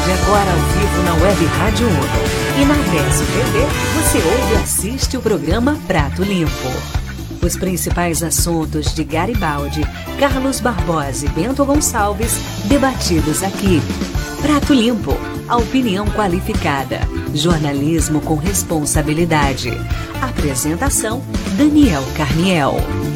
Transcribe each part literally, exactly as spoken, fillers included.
tarde, agora ao vivo na Web Rádio Uno. E na Adesso T V, você ouve e assiste o programa Prato Limpo. Os principais assuntos de Garibaldi, Carlos Barbosa e Bento Gonçalves, debatidos aqui. Prato Limpo, a opinião qualificada. Jornalismo com responsabilidade. Apresentação, Daniel Carniel.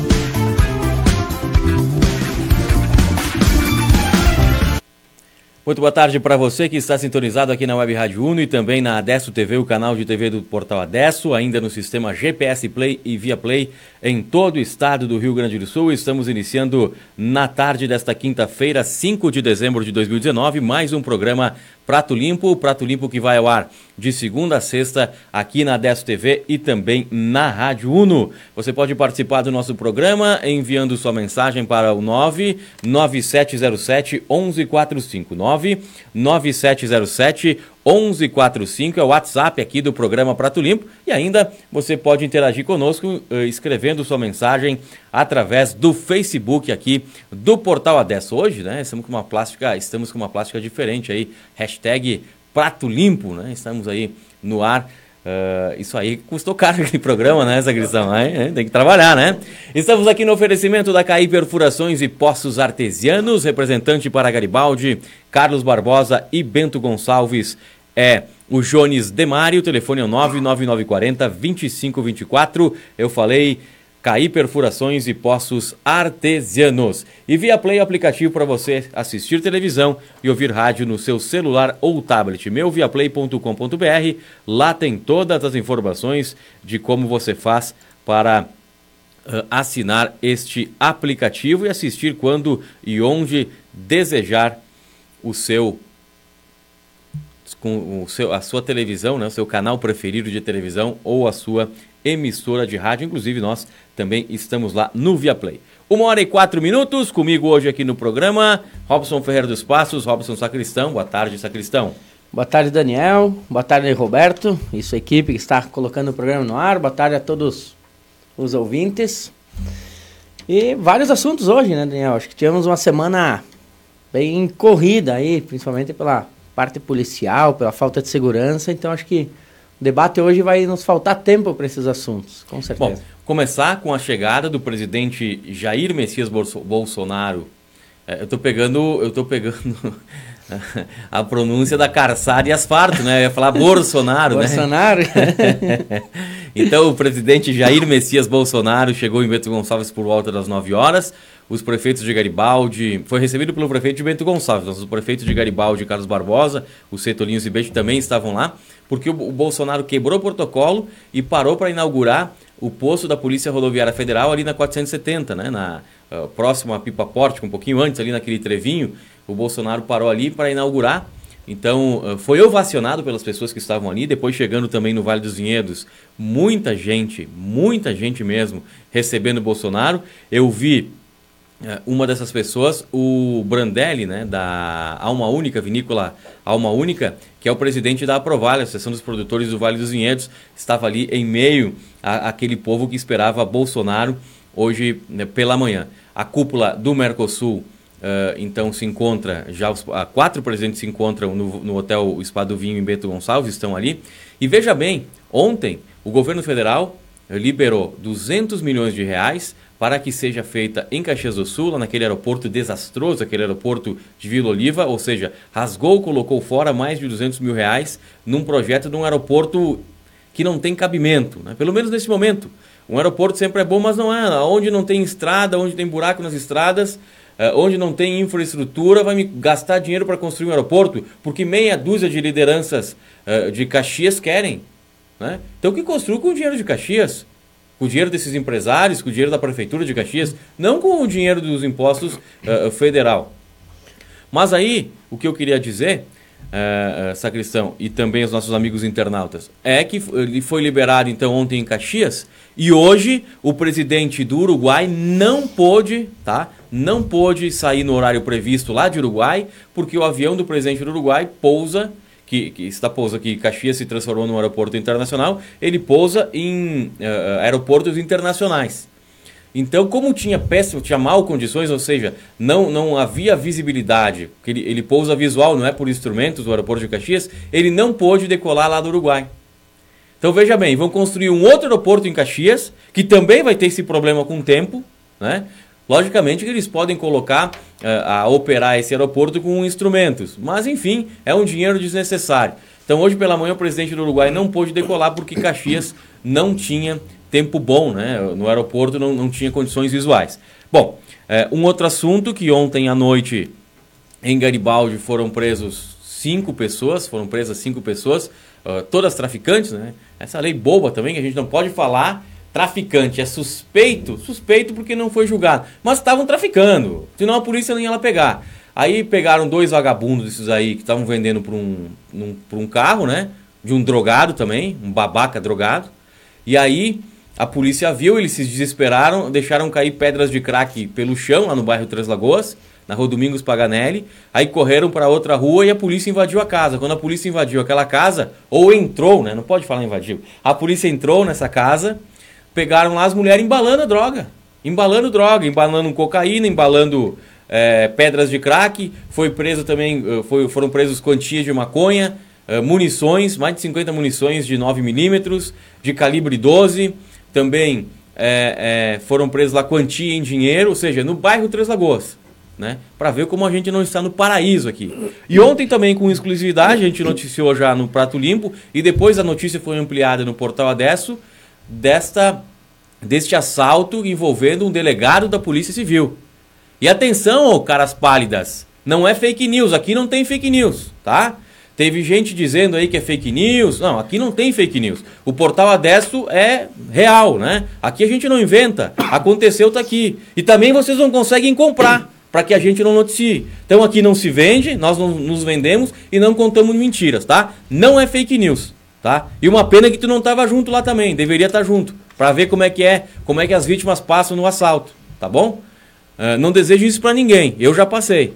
Muito boa tarde para você que está sintonizado aqui na Web Rádio Uno e também na Adesso T V, o canal de T V do Portal Adesso, ainda no sistema G P S Play e Via Play em todo o estado do Rio Grande do Sul. Estamos iniciando na tarde desta quinta-feira, cinco de dezembro de dois mil e dezenove, mais um programa Prato Limpo, Prato Limpo que vai ao ar de segunda a sexta aqui na Adesso T V e também na Rádio Uno. Você pode participar do nosso programa enviando sua mensagem para o nove nove sete zero sete um um quatro cinco, nove nove sete zero sete um um quatro cinco é o WhatsApp aqui do programa Prato Limpo, e ainda você pode interagir conosco eh, escrevendo sua mensagem através do Facebook aqui do Portal Adesso. Hoje, né, estamos com uma plástica, estamos com uma plástica diferente aí, hashtag Prato Limpo, né? Estamos aí no ar. Uh, isso aí custou caro aquele programa, né, essa questão, né? Tem que trabalhar, né? Estamos aqui no oferecimento da Caí Perfurações e Poços Artesianos, representante para Garibaldi, Carlos Barbosa e Bento Gonçalves é o Jones Demário, o telefone é o nove nove nove quatro zero, dois cinco dois quatro, eu falei Caí Perfurações e Poços Artesianos. E Via Play, aplicativo para você assistir televisão e ouvir rádio no seu celular ou tablet. meu via play ponto com ponto b r. Lá tem todas as informações de como você faz para uh, assinar este aplicativo e assistir quando e onde desejar o seu, com o seu, a sua televisão, né, o seu canal preferido de televisão ou a sua emissora de rádio. Inclusive nós também estamos lá no Viaplay. Uma hora e quatro minutos, comigo hoje aqui no programa, Robson Ferreira dos Passos, Robson Sacristão. Boa tarde, Sacristão. Boa tarde, Daniel. Boa tarde, Roberto e sua equipe que está colocando o programa no ar. Boa tarde a todos os ouvintes. E vários assuntos hoje, né, Daniel? Acho que tivemos uma semana bem corrida aí, principalmente pela parte policial, pela falta de segurança. Então acho que o debate hoje vai nos faltar tempo para esses assuntos, com certeza. Bom, começar com a chegada do presidente Jair Messias Bolsonaro. É, eu estou pegando, eu tô pegando a pronúncia da Carçada e Asfarto, né? Eu ia falar Bolsonaro, né? Bolsonaro. Então, o presidente Jair Messias Bolsonaro chegou em Bento Gonçalves por volta das nove horas. Os prefeitos de Garibaldi, foi recebido pelo prefeito de Bento Gonçalves, os prefeitos de Garibaldi, Carlos Barbosa, o Cetolinho Zibete também estavam lá, porque o, o Bolsonaro quebrou o protocolo e parou para inaugurar o posto da Polícia Rodoviária Federal ali na quatrocentos e setenta, né, na, uh, próximo a Pipa Porte, um pouquinho antes, ali naquele trevinho, o Bolsonaro parou ali para inaugurar. Então, uh, foi ovacionado pelas pessoas que estavam ali, depois chegando também no Vale dos Vinhedos, muita gente, muita gente mesmo, recebendo o Bolsonaro. Eu vi uma dessas pessoas, o Brandelli, né, da Alma Única, Vinícola Alma Única, que é o presidente da Aprovale, a Associação dos Produtores do Vale dos Vinhedos, estava ali em meio a, àquele povo que esperava Bolsonaro hoje, né, pela manhã. A cúpula do Mercosul, uh, então, se encontra, já os uh, quatro presidentes se encontram no, no Hotel Spa do Vinho em Bento Gonçalves, estão ali. E veja bem, ontem o governo federal liberou duzentos milhões de reais para que seja feita em Caxias do Sul, lá naquele aeroporto desastroso, aquele aeroporto de Vila Oliva, ou seja, rasgou, colocou fora mais de duzentos mil reais num projeto de um aeroporto que não tem cabimento, né? Pelo menos nesse momento. Um aeroporto sempre é bom, mas não é. Onde não tem estrada, onde tem buraco nas estradas, onde não tem infraestrutura, vai me gastar dinheiro para construir um aeroporto, porque meia dúzia de lideranças de Caxias querem, né? Então que construa com o dinheiro de Caxias, com o dinheiro desses empresários, com o dinheiro da Prefeitura de Caxias, não com o dinheiro dos impostos uh, federal. Mas aí, o que eu queria dizer, uh, uh, Sacristão, e também os nossos amigos internautas, é que ele foi liberado então ontem em Caxias, e hoje o presidente do Uruguai não pôde, tá? Não pôde sair no horário previsto lá de Uruguai, porque o avião do presidente do Uruguai pousa, Que, que está pousa aqui, Caxias se transformou num aeroporto internacional, ele pousa em uh, aeroportos internacionais. Então, como tinha péssimo, tinha mal condições, ou seja, não, não havia visibilidade, porque ele, ele pousa visual, não é por instrumentos do aeroporto de Caxias, ele não pôde decolar lá do Uruguai. Então, veja bem, vão construir um outro aeroporto em Caxias, que também vai ter esse problema com o tempo, né? Logicamente que eles podem colocar uh, a operar esse aeroporto com instrumentos, mas enfim, é um dinheiro desnecessário. Então hoje pela manhã o presidente do Uruguai não pôde decolar porque Caxias não tinha tempo bom, né? No aeroporto não, não tinha condições visuais. Bom, uh, um outro assunto que ontem à noite em Garibaldi foram presos cinco pessoas, foram presas cinco pessoas, uh, todas traficantes, né? Essa lei boba também que a gente não pode falar. Traficante é suspeito, suspeito porque não foi julgado, mas estavam traficando, senão a polícia nem ia lá pegar. Aí pegaram dois vagabundos desses aí que estavam vendendo por um, um, por um carro, né? De um drogado também, um babaca drogado. E aí a polícia viu, eles se desesperaram, deixaram cair pedras de crack pelo chão lá no bairro Três Lagoas, na rua Domingos Paganelli. Aí correram para outra rua e a polícia invadiu a casa. Quando a polícia invadiu aquela casa, ou entrou, né? Não pode falar invadiu. A polícia entrou nessa casa. Pegaram lá as mulheres embalando a droga, embalando droga, embalando cocaína, embalando é, pedras de crack. Foi preso também, foi, foram presos quantias de maconha, é, munições, mais de cinquenta munições de nove milímetros, de calibre doze. Também é, é, foram presos lá quantia em dinheiro, ou seja, no bairro Três Lagoas, né? Para ver como a gente não está no paraíso aqui. E ontem também com exclusividade, a gente noticiou já no Prato Limpo, e depois a notícia foi ampliada no Portal Adesso, desta, deste assalto envolvendo um delegado da Polícia Civil. E atenção, oh, caras pálidas, não é fake news, aqui não tem fake news, tá? Teve gente dizendo aí que é fake news, não, aqui não tem fake news. O Portal Adesso é real, né? Aqui a gente não inventa, aconteceu, tá aqui. E também vocês não conseguem comprar, para que a gente não noticie. Então aqui não se vende, nós não nos vendemos e não contamos mentiras, tá? Não é fake news. Tá? E uma pena que tu não estava junto lá também, deveria estar junto, para ver como é que é, como é que as vítimas passam no assalto, tá bom? Uh, não desejo isso para ninguém, eu já passei.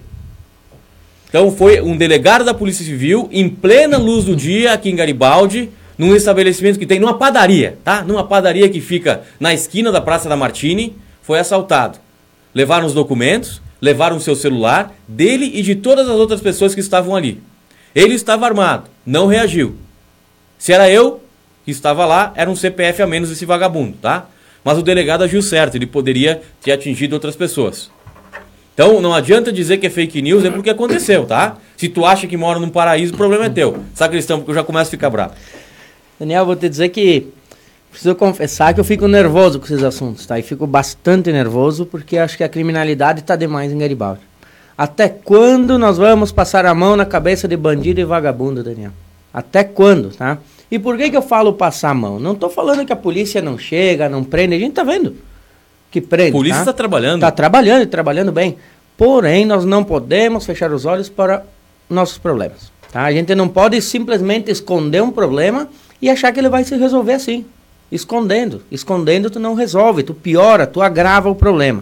Então foi um delegado da Polícia Civil, em plena luz do dia, aqui em Garibaldi, num estabelecimento que tem, numa padaria, tá? Numa padaria que fica na esquina da Praça da Martini, foi assaltado. Levaram os documentos, levaram o seu celular, dele e de todas as outras pessoas que estavam ali. Ele estava armado, não reagiu. Se era eu que estava lá, era um C P F a menos esse vagabundo, tá? Mas o delegado agiu certo, ele poderia ter atingido outras pessoas. Então, não adianta dizer que é fake news, é porque aconteceu, tá? Se tu acha que mora num paraíso, o problema é teu. Sacristão, porque eu já começo a ficar bravo. Daniel, vou te dizer que preciso confessar que eu fico nervoso com esses assuntos, tá? E fico bastante nervoso porque acho que a criminalidade está demais em Garibaldi. Até quando nós vamos passar a mão na cabeça de bandido e vagabundo, Daniel? Até quando, tá? E por que que eu falo passar a mão? Não tô falando que a polícia não chega, não prende. A gente tá vendo que prende, a polícia está tá? trabalhando. Tá trabalhando e trabalhando bem. Porém, nós não podemos fechar os olhos para nossos problemas, tá? A gente não pode simplesmente esconder um problema e achar que ele vai se resolver assim. Escondendo. Escondendo tu não resolve, tu piora, tu agrava o problema.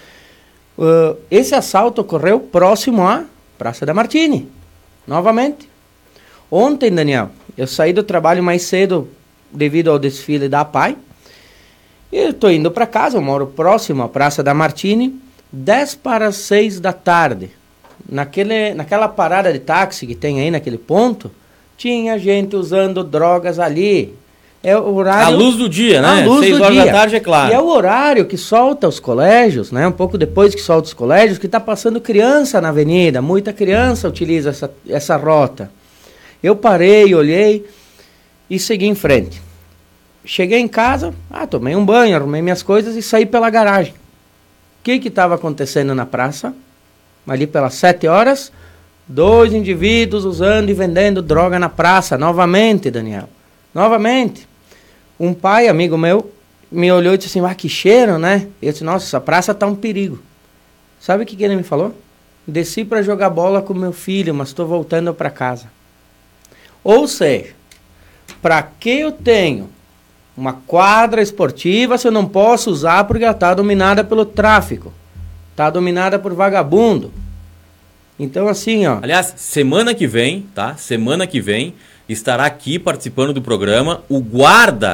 Uh, esse assalto ocorreu próximo à Praça da Martini. Novamente. Ontem, Daniel, eu saí do trabalho mais cedo devido ao desfile da A P A I. E eu estou indo para casa, eu moro próximo à Praça da Martini, dez para as seis da tarde. Naquele, naquela parada de táxi que tem aí naquele ponto, tinha gente usando drogas ali. É o horário... A luz do dia, né? A luz seis do horas dia. da tarde, é claro. E é o horário que solta os colégios, né? Um pouco depois que solta os colégios, que está passando criança na avenida. Muita criança utiliza essa, essa rota. Eu parei, olhei e segui em frente. Cheguei em casa, ah, tomei um banho, arrumei minhas coisas e saí pela garagem. O que que estava acontecendo na praça? Ali pelas sete horas, dois indivíduos usando e vendendo droga na praça, novamente, Daniel. Novamente. Um pai, amigo meu, me olhou e disse assim, ah, que cheiro, né? Eu disse, nossa, essa praça tá um perigo. Sabe o que que ele me falou? Desci para jogar bola com meu filho, mas estou voltando para casa. Ou seja, para que eu tenho uma quadra esportiva se eu não posso usar porque ela está dominada pelo tráfico? Está dominada por vagabundo. Então assim, ó... Aliás, semana que vem, tá? Semana que vem estará aqui participando do programa o guarda que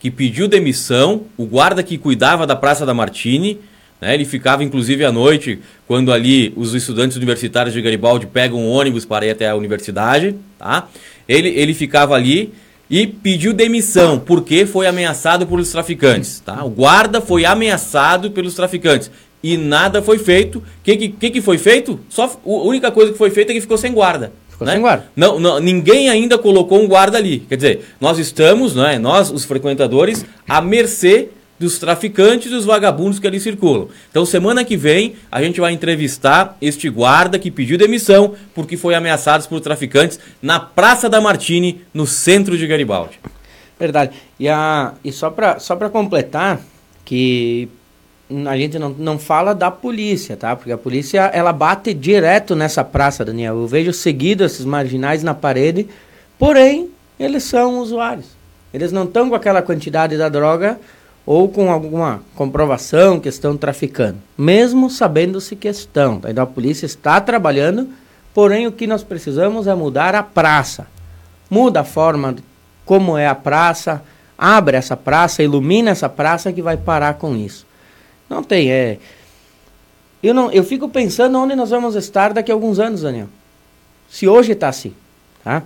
que pediu demissão, o guarda que cuidava da Praça da Martini, né, ele ficava inclusive à noite, quando ali os estudantes universitários de Garibaldi pegam um ônibus para ir até a universidade, tá? Ele, ele ficava ali e pediu demissão, porque foi ameaçado pelos traficantes, tá? O guarda foi ameaçado pelos traficantes e nada foi feito. O que, que, que foi feito? Só, a única coisa que foi feita é que ficou sem guarda. Ficou né? sem guarda. Não, não, ninguém ainda colocou um guarda ali. Quer dizer, nós estamos, né, nós, os frequentadores, à mercê dos traficantes e dos vagabundos que ali circulam. Então, semana que vem, a gente vai entrevistar este guarda que pediu demissão porque foi ameaçado por traficantes na Praça da Martini, no centro de Garibaldi. Verdade. E, a, e só para só para completar, que a gente não, não fala da polícia, tá? Porque a polícia, ela bate direto nessa praça, Daniel. Eu vejo seguido esses marginais na parede, porém, eles são usuários. Eles não estão com aquela quantidade da droga ou com alguma comprovação que estão traficando, mesmo sabendo-se que estão. Então a polícia está trabalhando, porém o que nós precisamos é mudar a praça. Muda a forma como é a praça, abre essa praça, ilumina essa praça que vai parar com isso. Não tem, é... Eu, não, eu fico pensando onde nós vamos estar daqui a alguns anos, Daniel. Se hoje está assim, tá?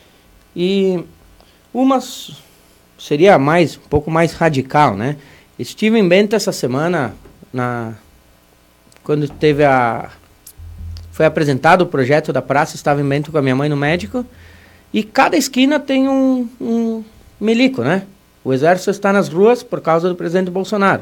E umas... seria mais, um pouco mais radical, né? Estive em Bento essa semana, na, quando teve a... foi apresentado o projeto da praça, estava em Bento com a minha mãe no médico, e cada esquina tem um, um milico, né? O exército está nas ruas por causa do presidente Bolsonaro.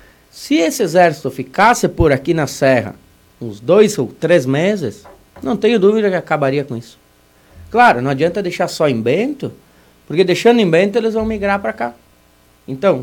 Se esse exército ficasse por aqui na Serra uns dois ou três meses, não tenho dúvida que acabaria com isso. Claro, não adianta deixar só em Bento, porque deixando em Bento, eles vão migrar para cá. Então,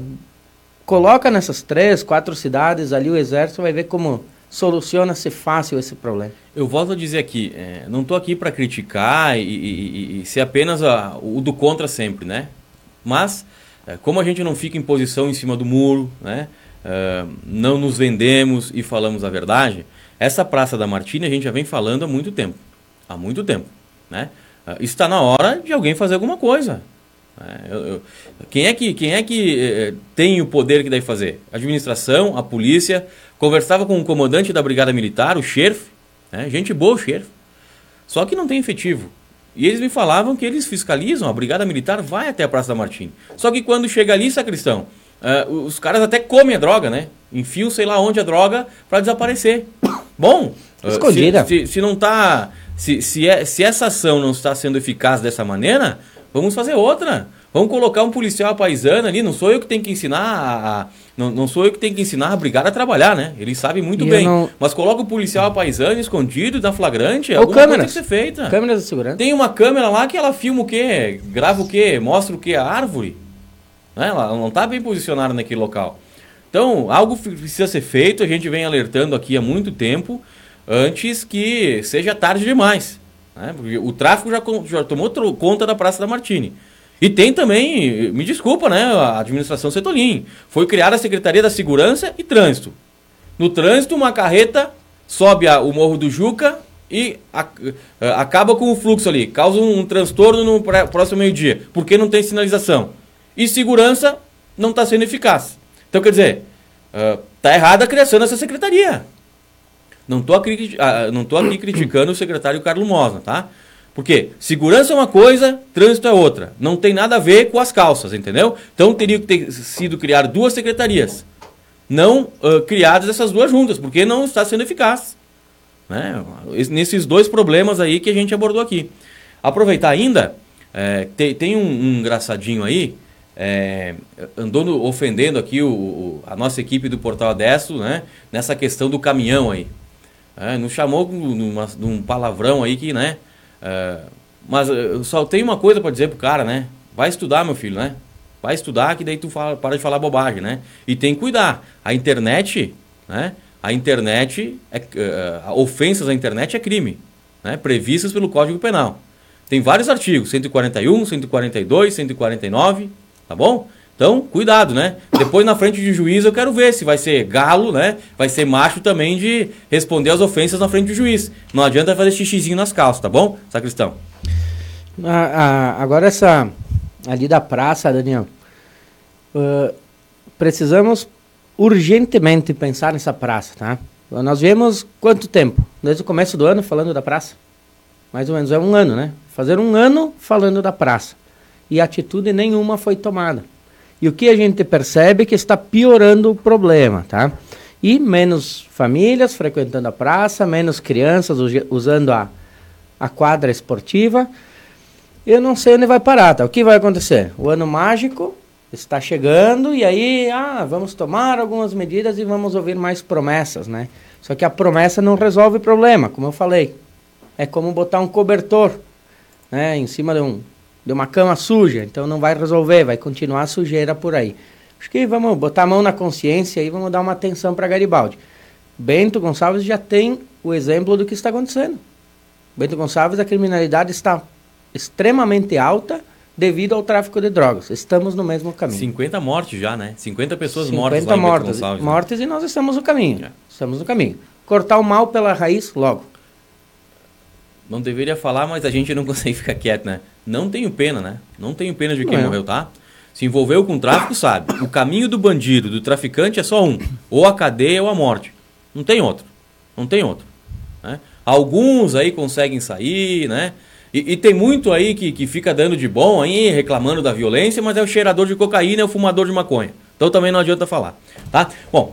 coloca nessas três, quatro cidades ali o exército, vai ver como soluciona-se fácil esse problema. Eu volto a dizer aqui, é, não estou aqui para criticar e, e, e ser apenas a, o do contra sempre, né? Mas, é, como a gente não fica em posição em cima do muro, né? É, não nos vendemos e falamos a verdade, essa Praça da Martini a gente já vem falando há muito tempo. Há muito tempo, né? É, está na hora de alguém fazer alguma coisa. É, eu, eu, quem é que, quem é que é, tem o poder que deve fazer? A administração, a polícia. Conversava com o comandante da Brigada Militar, o xerife, né? Gente boa o xerife, só que não tem efetivo. E eles me falavam que eles fiscalizam, a Brigada Militar vai até a Praça da Martini. Só que quando chega ali, sacristão, uh, os caras até comem a droga, né? Enfiam sei lá onde a droga para desaparecer. Bom, uh, escondida. Se, se, se não tá, se, se, é, se essa ação não está sendo eficaz dessa maneira, vamos fazer outra. Vamos colocar um policial paisano ali, não sou eu que tenho que ensinar a, a, não, não sou eu que tenho que ensinar a brigada a trabalhar, né? Eles sabem muito e bem. Não... Mas coloca o policial paisano escondido, da flagrante, ou alguma câmeras. coisa tem que ser feita. Câmeras de segurança. Tem uma câmera lá que ela filma o quê? Grava o quê? Mostra o quê? A árvore. Né? Ela não está bem posicionada naquele local. Então, algo precisa ser feito, a gente vem alertando aqui há muito tempo, antes que seja tarde demais. Né? Porque o tráfico já, já tomou conta da Praça da Martini. E tem também, me desculpa, né, a administração Cetolin. Foi criada a Secretaria da Segurança e Trânsito. No trânsito, uma carreta sobe a, o Morro do Juca e a, a, acaba com o fluxo ali. Causa um, um transtorno no pré, próximo meio-dia, porque não tem sinalização. E segurança não está sendo eficaz. Então, quer dizer, está uh, errada a criação dessa secretaria. Não estou aqui, uh, não tô aqui criticando o secretário Carlos Mosna, tá? Porque segurança é uma coisa, trânsito é outra. Não tem nada a ver com as calças, entendeu? Então teria que ter sido criar duas secretarias. Não uh, criadas essas duas juntas, porque não está sendo eficaz. Né? Nesses dois problemas aí que a gente abordou aqui. Aproveitar ainda, é, tem, tem um, um engraçadinho aí, é, andou no, ofendendo aqui o, o, a nossa equipe do Portal Adesso, né? Nessa questão do caminhão aí. É, nos chamou numa, num palavrão aí que, né? Uh, mas eu só tenho uma coisa para dizer pro cara, né? Vai estudar, meu filho, né? Vai estudar que daí tu fala, para de falar bobagem, né? E tem que cuidar. A internet, né? A internet, é, uh, ofensas à internet é crime, né? Previstas pelo Código Penal. Tem vários artigos, cento e quarenta e um, cento e quarenta e dois, cento e quarenta e nove, tá bom? Então, cuidado, né? Depois na frente de juiz eu quero ver se vai ser galo, né? Vai ser macho também de responder às ofensas na frente do juiz. Não adianta fazer xixizinho nas calças, tá bom, sacristão? Ah, ah, agora essa ali da praça, Daniel. uh, precisamos urgentemente pensar nessa praça, tá? Nós viemos quanto tempo? Desde o começo do ano falando da praça? Mais ou menos, é um ano, né? Fazer um ano falando da praça. E atitude nenhuma foi tomada. E o que a gente percebe é que está piorando o problema, tá? E menos famílias frequentando a praça, menos crianças usando a, a quadra esportiva. Eu não sei onde vai parar, tá? O que vai acontecer? O ano mágico está chegando e aí, ah, vamos tomar algumas medidas e vamos ouvir mais promessas, né? Só que a promessa não resolve o problema, como eu falei. É como botar um cobertor, né, em cima de, um, de uma cama suja. Então não vai resolver, vai continuar a sujeira por aí. Acho que vamos botar a mão na consciência e vamos dar uma atenção para Garibaldi. Bento Gonçalves já tem o exemplo do que está acontecendo. Bento Gonçalves, a criminalidade está extremamente alta devido ao tráfico de drogas. Estamos no mesmo caminho. cinquenta mortes já, né? cinquenta pessoas cinquenta mortas lá em mortas, Bento Gonçalves. mortes, né? E nós estamos no caminho. É. Estamos no caminho. Cortar o mal pela raiz logo. Não deveria falar, mas a gente não consegue ficar quieto, né? Não tenho pena, né? Não tenho pena de quem Não é. morreu, tá? Se envolveu com tráfico, sabe. O caminho do bandido, do traficante é só um. Ou a cadeia ou a morte. Não tem outro. Não tem outro. Né? Alguns aí conseguem sair, né? E, e tem muito aí que, que fica dando de bom aí, reclamando da violência, mas é o cheirador de cocaína, é o fumador de maconha. Então também não adianta falar, tá? Bom,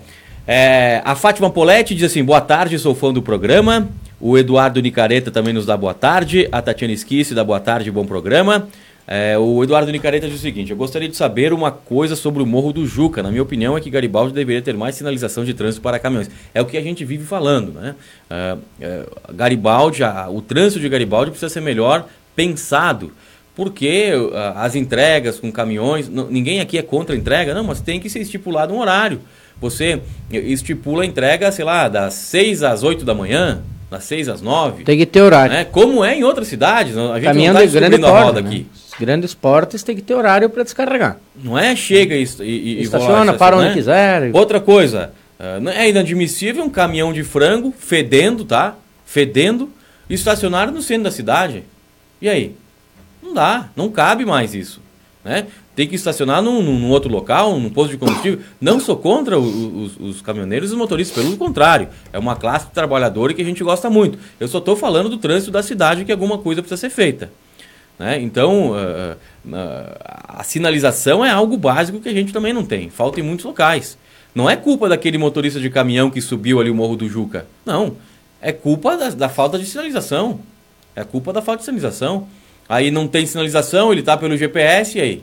é, a Fátima Poletti diz assim, boa tarde, sou fã do programa. O Eduardo Nicareta também nos dá boa tarde. A Tatiana Esquisse dá boa tarde, bom programa. É, o Eduardo Nicareta diz o seguinte, eu gostaria de saber uma coisa sobre o Morro do Juca. Na minha opinião é que Garibaldi deveria ter mais sinalização de trânsito para caminhões. É o que a gente vive falando, né? É, é, Garibaldi, a, o trânsito de Garibaldi precisa ser melhor pensado. Porque a, as entregas com caminhões, não, ninguém aqui é contra a entrega, não, mas tem que ser estipulado um horário. Você estipula a entrega, sei lá, das seis às oito da manhã, das seis às nove. Tem que ter horário. Né? Como é em outras cidades, a gente Caminhão não está de grande descobrindo a roda porte, aqui. né? Os grandes portes tem que ter horário para descarregar. Não é chega e, e, Estaciona, e para onde né? quiser. Outra coisa, uh, é inadmissível um caminhão de frango fedendo, tá? Fedendo, estacionado no centro da cidade. E aí? Não dá, não cabe mais isso, né? Tem que estacionar num, num outro local, num posto de combustível. Não sou contra os, os, os caminhoneiros e os motoristas, pelo contrário. É uma classe trabalhadora que a gente gosta muito. Eu só estou falando do trânsito da cidade, que alguma coisa precisa ser feita. Né? Então, uh, uh, a sinalização é algo básico que a gente também não tem. Falta em muitos locais. Não é culpa daquele motorista de caminhão que subiu ali o Morro do Juca. Não. É culpa da, da falta de sinalização. É culpa da falta de sinalização. Aí não tem sinalização, ele está pelo G P S, e aí?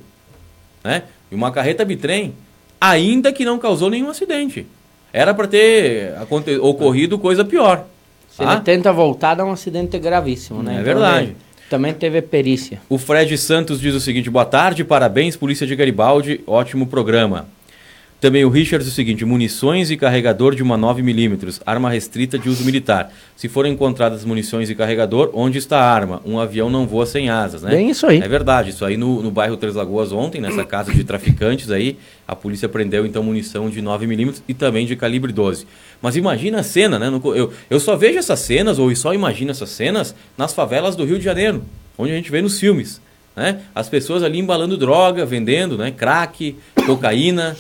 Né? E uma carreta bitrem, ainda que não causou nenhum acidente. Era para ter aconte- ocorrido coisa pior. Se tá? ele tenta voltar, dá um acidente gravíssimo, né? É Então, verdade. ele também teve perícia. O Fred Santos diz o seguinte, boa tarde, parabéns, Polícia de Garibaldi, ótimo programa. Também o Richard diz o seguinte, munições e carregador de uma nove milímetros, arma restrita de uso militar. Se forem encontradas munições e carregador, onde está a arma? Um avião não voa sem asas, né? Bem isso aí. É verdade, isso aí no, no bairro Três Lagoas ontem, nessa casa de traficantes aí, a polícia prendeu então munição de nove milímetros e também de calibre doze. Mas imagina a cena, né? No, eu, eu só vejo essas cenas, ou só imagino essas cenas, nas favelas do Rio de Janeiro, onde a gente vê nos filmes. Né? As pessoas ali embalando droga, vendendo, né? Crack, cocaína,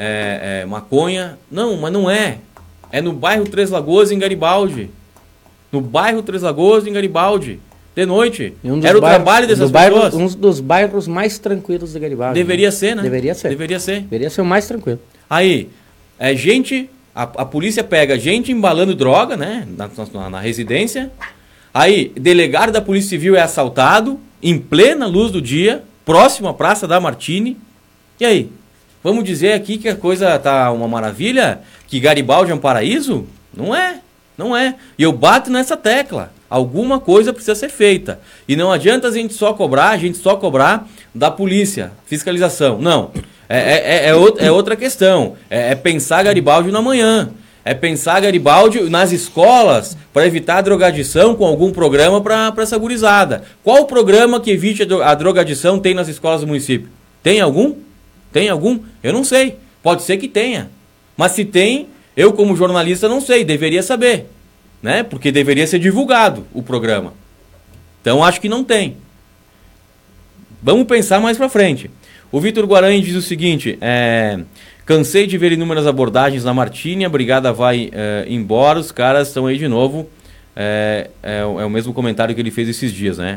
é, é, maconha. Não, mas não é. É no bairro Três Lagoas, em Garibaldi. No bairro Três Lagoas, em Garibaldi. De noite. Um Era o bairros, trabalho dessas do bairro, pessoas. Um dos bairros mais tranquilos de Garibaldi. Deveria né? ser, né? Deveria ser. Deveria ser. Deveria ser o mais tranquilo. Aí, é gente... A, a polícia pega gente embalando droga, né? Na, na, na residência. Aí, delegado da Polícia Civil é assaltado, em plena luz do dia, próximo à Praça da Martini. E aí? Vamos dizer aqui que a coisa tá uma maravilha? Que Garibaldi é um paraíso? Não é, não é. E eu bato nessa tecla. Alguma coisa precisa ser feita. E não adianta a gente só cobrar, a gente só cobrar da polícia, fiscalização. Não, é, é, é, é, outra, é outra questão. É, é pensar Garibaldi na manhã. É pensar Garibaldi nas escolas para evitar a drogadição com algum programa para essa gurizada. Qual o programa que evite a drogadição tem nas escolas do município? Tem algum? Tem algum? Eu não sei. Pode ser que tenha. Mas se tem, eu como jornalista não sei, deveria saber. Né? Porque deveria ser divulgado o programa. Então acho que não tem. Vamos pensar mais para frente. O Vitor Guarani diz o seguinte, é, cansei de ver inúmeras abordagens na Martini, a brigada vai é, embora, os caras estão aí de novo. É, é, é o mesmo comentário que ele fez esses dias, né?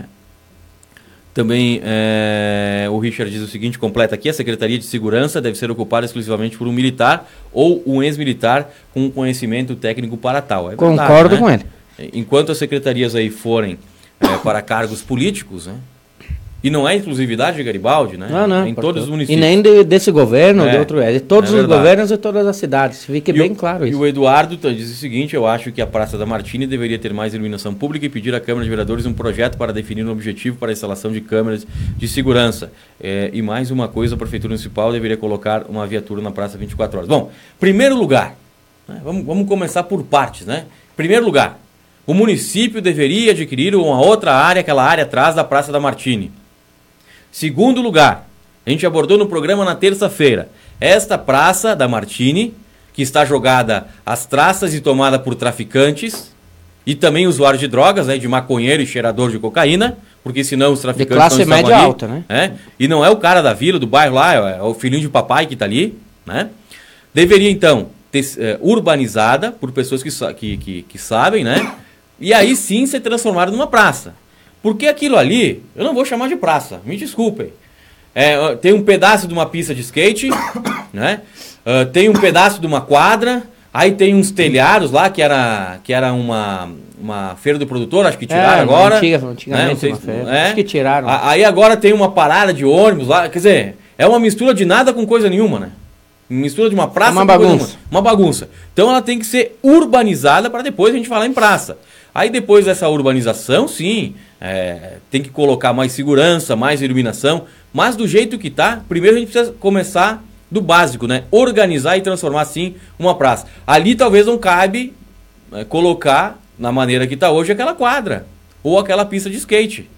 Também é, o Richard diz o seguinte, completa aqui, a Secretaria de Segurança deve ser ocupada exclusivamente por um militar ou um ex-militar com conhecimento técnico para tal. É verdade, concordo, né? com ele. Enquanto as secretarias aí forem é, para cargos políticos, né? E não é exclusividade de Garibaldi, né? Não, não. É em todos os municípios. E nem de, desse governo, É, de outro. É de todos é os verdade. governos e todas as cidades. Fique E bem o- claro E isso. o Eduardo tá- diz o seguinte, eu acho que a Praça da Martini deveria ter mais iluminação pública e pedir à Câmara de Vereadores um projeto para definir um objetivo para a instalação de câmeras de segurança. É, e mais uma coisa, a Prefeitura Municipal deveria colocar uma viatura na Praça vinte e quatro horas. Bom, primeiro lugar, né, vamos, vamos começar por partes, né? Primeiro lugar, o município deveria adquirir uma outra área, aquela área atrás da Praça da Martini. Segundo lugar, a gente abordou no programa na terça-feira, esta Praça da Martini, que está jogada às traças e tomada por traficantes e também usuários de drogas, né, de maconheiro e cheirador de cocaína, porque senão os traficantes classe não estavam média ali, alta, né? É, e não é o cara da vila, do bairro lá, é o filhinho de papai que está ali, né? Deveria, então, ter é, urbanizada por pessoas que, sa- que, que, que sabem, né? E aí sim ser transformada numa praça. Porque aquilo ali, eu não vou chamar de praça, me desculpem. É, tem um pedaço de uma pista de skate, né? Uh, tem um pedaço de uma quadra, aí tem uns telhados lá, que era, que era uma, uma feira do produtor, acho que tiraram É, agora. antiga- né? antigamente Não sei uma se- feira. é. Acho que tiraram. A- Aí agora tem uma parada de ônibus lá, quer dizer, é uma mistura de nada com coisa nenhuma, né? Mistura de uma praça Uma com coisa bagunça. nenhuma. Uma bagunça. Então ela tem que ser urbanizada para depois a gente falar em praça. Aí depois dessa urbanização, sim, é, tem que colocar mais segurança, mais iluminação, mas do jeito que tá, primeiro a gente precisa começar do básico, né? Organizar e transformar, sim, uma praça. Ali talvez não cabe é, colocar, na maneira que está hoje, aquela quadra ou aquela pista de skate.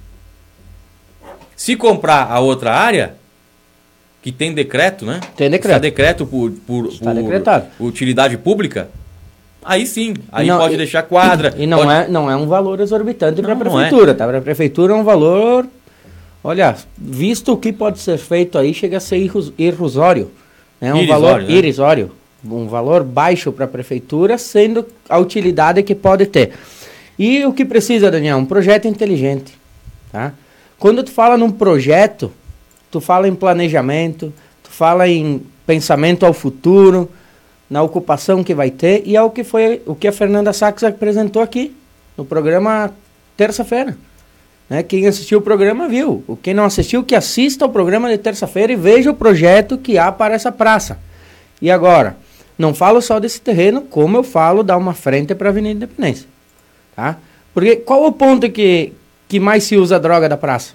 Se comprar a outra área, que tem decreto, né? Tem decreto. Está decreto por, por, Está por decretado. utilidade pública, aí sim, aí Não, pode e- deixar quadra. E não, pode- é, não é um valor exorbitante para a Não, não prefeitura, tá? Para a prefeitura é um valor... Olha, visto o que pode ser feito aí, chega a ser irris- irrisório. É um Irrisório, valor né? irrisório. Um valor baixo para a prefeitura, sendo a utilidade que pode ter. E o que precisa, Daniel? Um projeto inteligente. Tá? Quando tu fala num projeto, tu fala em planejamento, tu fala em pensamento ao futuro, na ocupação que vai ter, e é o que foi o que a Fernanda Sachs apresentou aqui no programa terça-feira. Né? Quem assistiu o programa viu. O Quem não assistiu, que assista ao programa de terça-feira e veja o projeto que há para essa praça. E agora, não falo só desse terreno, como eu falo, dar uma frente para a Avenida Independência. Tá? Porque qual o ponto que, que mais se usa a droga da praça?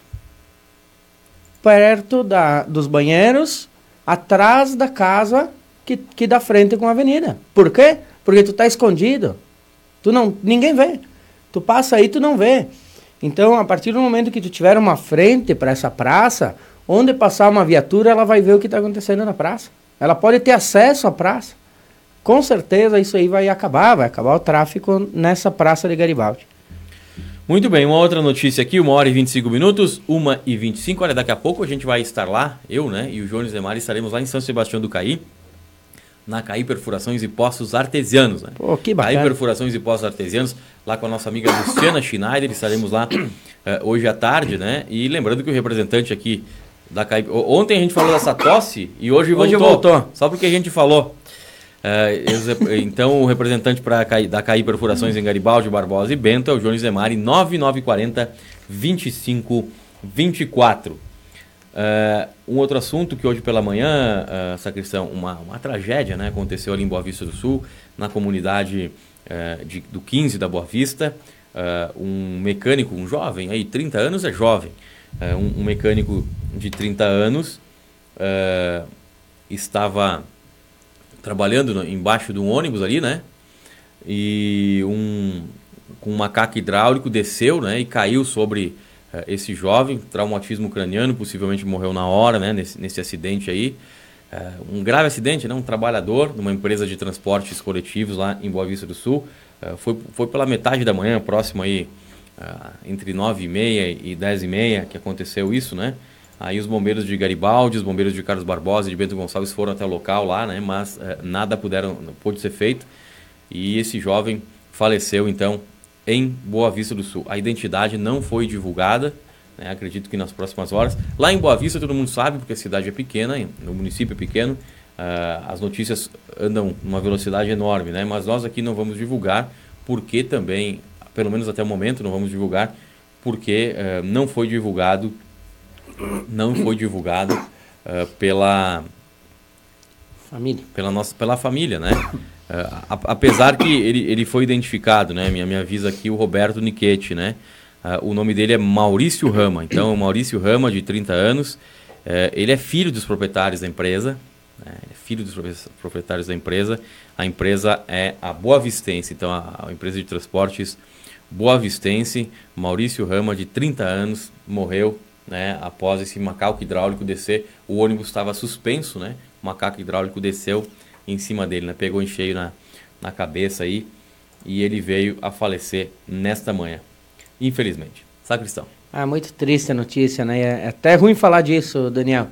Perto da, dos banheiros, atrás da casa que, que dá frente com a avenida. Por quê? Porque tu tá escondido. Tu não, ninguém vê. Tu passa aí, tu não vê. Então, a partir do momento que tu tiver uma frente para essa praça, onde passar uma viatura, ela vai ver o que está acontecendo na praça. Ela pode ter acesso à praça. Com certeza isso aí vai acabar, vai acabar o tráfico nessa praça de Garibaldi. Muito bem, uma outra notícia aqui, uma hora e vinte e cinco minutos, uma e vinte e cinco, olha, daqui a pouco a gente vai estar lá, eu, né, e o Jones Demar estaremos lá em São Sebastião do Caí, na Caí Perfurações e Poços Artesianos, né? Pô, que Caí bacana. Perfurações e Poços Artesianos, lá com a nossa amiga Luciana Schneider, estaremos lá eh, hoje à tarde, né? E lembrando que o representante aqui da Caí... o- Ontem a gente falou dessa tosse e hoje voltou. Hoje voltou. Só porque a gente falou. Eh, ex- então o representante pra Caí, da Caí Perfurações em Garibaldi, Barbosa e Bento é o Jones Demari, nove nove quatro zero, vinte e cinco vinte e quatro. Uh, um outro assunto que hoje pela manhã, uh, sacristão, uma, uma tragédia, né, aconteceu ali em Boa Vista do Sul, na comunidade uh, de, do quinze da Boa Vista. Uh, um mecânico, um jovem, aí trinta anos é jovem, uh, um, um mecânico de trinta anos uh, estava trabalhando no, embaixo de um ônibus ali, né, e um, com um macaco hidráulico desceu, né, e caiu sobre esse jovem, traumatismo craniano, possivelmente morreu na hora, né, nesse, nesse acidente aí. Uh, um grave acidente, né, um trabalhador numa empresa de transportes coletivos lá em Boa Vista do Sul. Uh, foi, foi pela metade da manhã, próximo aí, uh, entre nove e meia e dez e meia que aconteceu isso, né? Aí os bombeiros de Garibaldi, os bombeiros de Carlos Barbosa e de Bento Gonçalves foram até o local lá, né? Mas eh, nada puderam, pôde ser feito. E esse jovem faleceu, então, em Boa Vista do Sul. A identidade não foi divulgada, né? Acredito que nas próximas horas. Lá em Boa Vista todo mundo sabe, porque a cidade é pequena, o município é pequeno, uh, as notícias andam numa velocidade enorme, né? Mas nós aqui não vamos divulgar, porque também, pelo menos até o momento, não vamos divulgar, porque uh, não foi divulgado, não foi divulgado uh, pela... Família. Pela, nossa, pela família, né? Uh, apesar que ele, ele foi identificado, né? Me, me avisa aqui o Roberto Nichetti, né? Uh, o nome dele é Maurício Rama. Então, Maurício Rama, de trinta anos, uh, ele é filho dos proprietários da empresa, né? Ele é filho dos proprietários da empresa. A empresa é a Boa Vistense, então a, a empresa de transportes Boa Vistense. Maurício Rama, de trinta anos, morreu, né? Após esse macaco hidráulico descer. O ônibus estava suspenso, né? O macaco hidráulico desceu em cima dele, né? Pegou em cheio na, na cabeça aí e ele veio a falecer nesta manhã, infelizmente. Sacristão. Ah, muito triste a notícia, né? É até ruim falar disso, Daniel,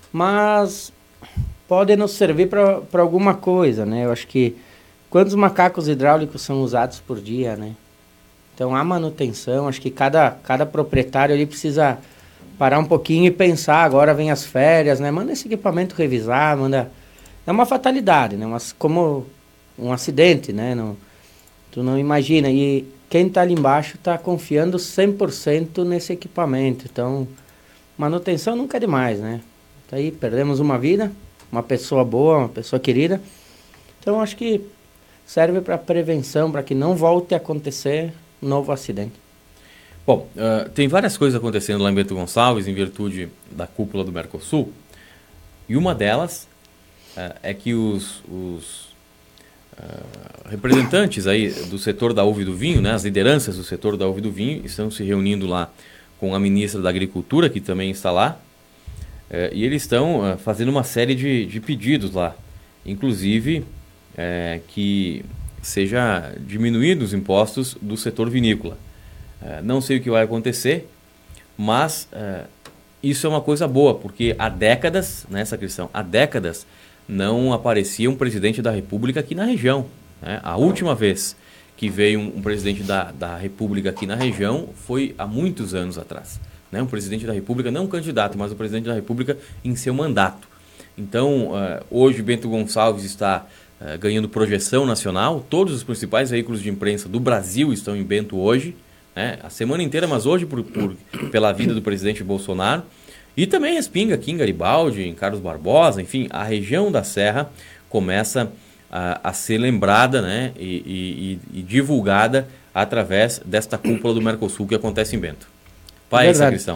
mas pode nos servir para alguma coisa, né? Eu acho que quantos macacos hidráulicos são usados por dia, né? Então a manutenção, acho que cada, cada proprietário ali precisa parar um pouquinho e pensar. Agora vem as férias, né? Manda esse equipamento revisar, manda... É uma fatalidade, né? Mas como um acidente, né? Não, tu não imagina. E quem está ali embaixo está confiando cem por cento nesse equipamento. Então, manutenção nunca é demais, né? Aí perdemos uma vida, uma pessoa boa, uma pessoa querida. Então, acho que serve para prevenção, para que não volte a acontecer um novo acidente. Bom, uh, tem várias coisas acontecendo lá em Bento Gonçalves, em virtude da cúpula do Mercosul. E uma delas... Uh, é que os, os uh, representantes aí do setor da uva e do vinho, né, as lideranças do setor da uva e do vinho, estão se reunindo lá com a ministra da Agricultura, que também está lá, uh, e eles estão uh, fazendo uma série de, de pedidos lá, inclusive uh, que seja diminuído os impostos do setor vinícola. Uh, não sei o que vai acontecer, mas uh, isso é uma coisa boa, porque há décadas, nessa questão, há décadas, não aparecia um presidente da República aqui na região, né? A última vez que veio um, um presidente da, da República aqui na região foi há muitos anos atrás, né? Um presidente da República, não um candidato, mas o presidente da República em seu mandato. Então, uh, hoje Bento Gonçalves está uh, ganhando projeção nacional, todos os principais veículos de imprensa do Brasil estão em Bento hoje, né? A semana inteira, mas hoje por, por, pela vida do presidente Bolsonaro. E também respinga aqui em Garibaldi, em Carlos Barbosa, enfim, a região da Serra começa a, a ser lembrada, né, e, e, e divulgada através desta cúpula do Mercosul que acontece em Bento. Pai, é Sacristão.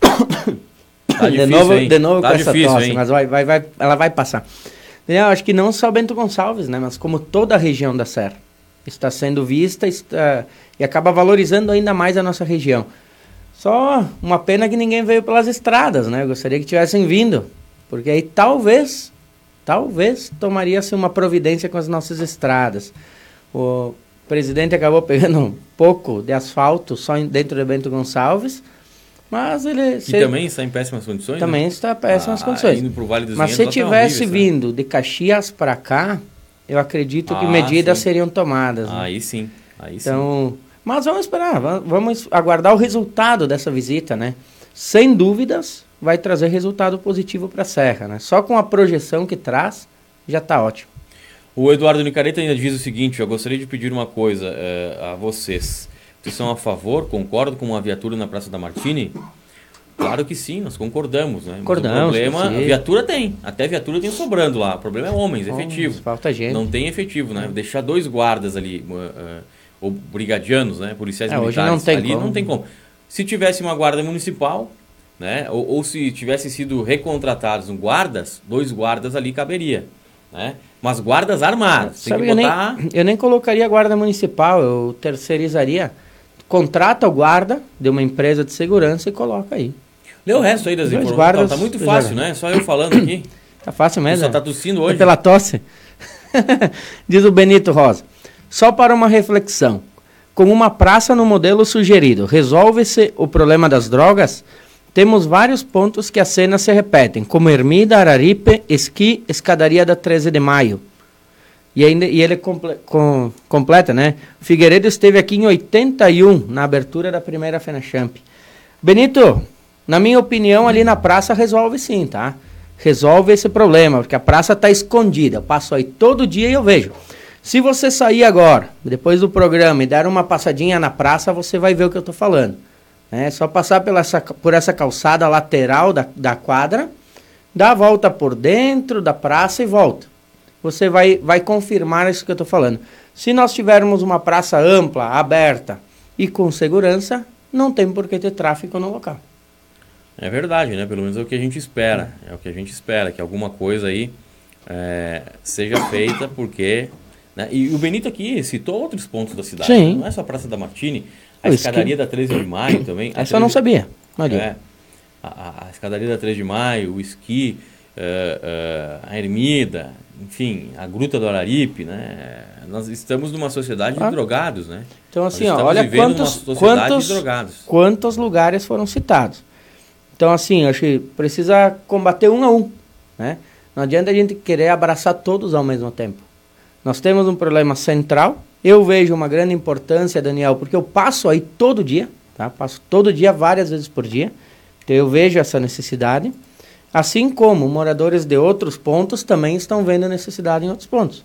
Tá de difícil, novo, hein? de novo tá com essa difícil, tosse, hein? mas vai, vai, vai, ela vai passar. Eu acho que não só Bento Gonçalves, né, mas como toda a região da Serra está sendo vista está, e acaba valorizando ainda mais a nossa região. Só uma pena que ninguém veio pelas estradas, né? Eu gostaria que tivessem vindo, porque aí talvez, talvez tomaria-se uma providência com as nossas estradas. O presidente acabou pegando um pouco de asfalto só dentro de Bento Gonçalves, mas ele... Que também está em péssimas condições, Também né? está em péssimas ah, condições. Indo pro Vale dos mas se Vinhedos, tivesse horrível, vindo de Caxias para cá, eu acredito que ah, medidas sim. seriam tomadas. Aí né? sim, aí então... sim. Mas vamos esperar, vamos aguardar o resultado dessa visita, né? Sem dúvidas, vai trazer resultado positivo para a Serra, né? Só com a projeção que traz, já está ótimo. O Eduardo Nicareta ainda diz o seguinte: eu gostaria de pedir uma coisa é, a vocês. Vocês são a favor, concordam com uma viatura na Praça da Martini? Claro que sim, nós concordamos, né? Concordamos. Mas o problema, a viatura tem, até viatura tem sobrando lá. O problema é homens, Homens, efetivo. falta gente. Não tem efetivo, né? Deixar dois guardas ali... Uh, uh, ou brigadianos, né, policiais é, militares, hoje não tem ali como. não tem como. Se tivesse uma guarda municipal, né, ou, ou se tivesse sido recontratados um guardas, dois guardas ali caberia, né? Mas guardas armados, tem Sabe, que botar... eu, nem, eu nem colocaria guarda municipal, eu terceirizaria, contrata o guarda de uma empresa de segurança e coloca aí. Lê o resto aí das Dois informações, guardas, tá, tá muito fácil, né? Só eu falando aqui. Tá fácil mesmo. Você só tá tossindo hoje. É pela tosse. Diz o Benito Rosa. Só para uma reflexão. Com uma praça no modelo sugerido, resolve-se o problema das drogas? temos vários pontos que as cenas se repetem, como Ermida, Araripe, Esqui, Escadaria da treze de maio. E, ainda, e ele comple, com, completa, né? Figueiredo esteve aqui em oitenta e um, na abertura da primeira FenaChamp. Benito, na minha opinião, ali na praça resolve sim, tá? Resolve esse problema, porque a praça está escondida. Eu passo aí todo dia e eu vejo. Se você sair agora, depois do programa, e dar uma passadinha na praça, você vai ver o que eu estou falando. É só passar pela essa, por essa calçada lateral da, da quadra, dá a volta por dentro da praça e volta. Você vai, vai confirmar isso que eu estou falando. Se nós tivermos uma praça ampla, aberta e com segurança, não tem por que ter tráfego no local. É verdade, né? Pelo menos é o que a gente espera. É o que a gente espera, que alguma coisa aí é, seja feita, porque... Né? E o Benito aqui citou outros pontos da cidade. Sim. Não é só a Praça da Martini, a escadaria da treze de maio também. Essa eu não sabia. É, a, a, a escadaria da treze de maio, o esqui, uh, uh, a Ermida, enfim, a Gruta do Araripe, né? Nós estamos numa sociedade ah. de drogados, né? Então assim, ó, olha quantos, quantos, quantos lugares foram citados. Então assim, acho que precisa combater um a um, né? Não adianta a gente querer abraçar todos ao mesmo tempo. Nós temos um problema central. Eu vejo uma grande importância, Daniel, porque eu passo aí todo dia, tá? Passo todo dia, várias vezes por dia. Então eu vejo essa necessidade. Assim como moradores de outros pontos também estão vendo necessidade em outros pontos.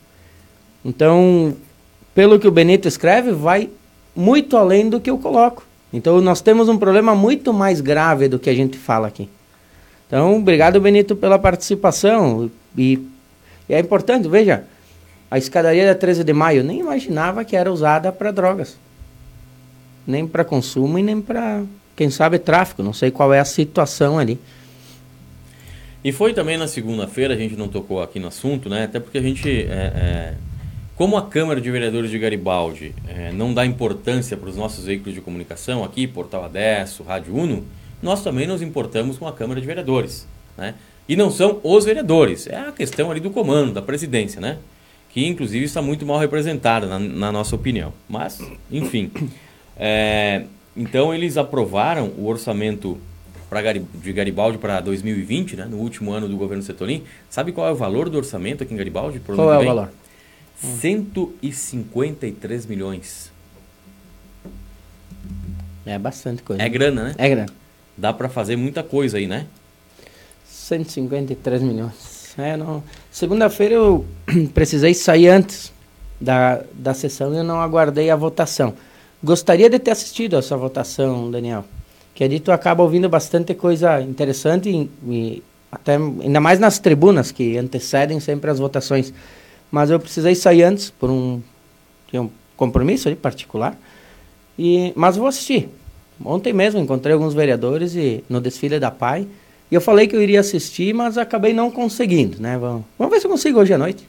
Então, pelo que o Benito escreve, vai muito além do que eu coloco. Então nós temos um problema muito mais grave do que a gente fala aqui. Então, obrigado, Benito, pela participação. E, e é importante, veja, a escadaria da treze de maio, nem imaginava que era usada para drogas. Nem para consumo e nem para, quem sabe, tráfico. Não sei qual é a situação ali. E foi também na segunda-feira, a gente não tocou aqui no assunto, né? Até porque a gente, é, é, como a Câmara de Vereadores de Garibaldi é, não dá importância para os nossos veículos de comunicação aqui, Portal Adesso, Rádio Uno, nós também nos importamos com a Câmara de Vereadores, né? E não são os vereadores, é a questão ali do comando, da presidência, né? Que inclusive está muito mal representada na, na nossa opinião. Mas, enfim. É, então eles aprovaram o orçamento pra Garib- de Garibaldi para dois mil e vinte, né, no último ano do governo Setolim. Sabe qual é o valor do orçamento aqui em Garibaldi? Por qual é o valor? cento e cinquenta e três milhões. É bastante coisa. É grana, né? É grana. Dá para fazer muita coisa aí, né? cento e cinquenta e três milhões. É, não... Segunda-feira eu precisei sair antes da, da sessão e eu não aguardei a votação. Gostaria de ter assistido a essa votação, Daniel. Que ali tu acaba ouvindo bastante coisa interessante e, e até, ainda mais nas tribunas que antecedem sempre as votações. Mas eu precisei sair antes por um, tinha um compromisso ali particular. E, mas vou assistir. Ontem mesmo encontrei alguns vereadores e, no desfile da P A I. E eu falei que eu iria assistir, mas acabei não conseguindo, né? Vamos, vamos ver se eu consigo hoje à noite.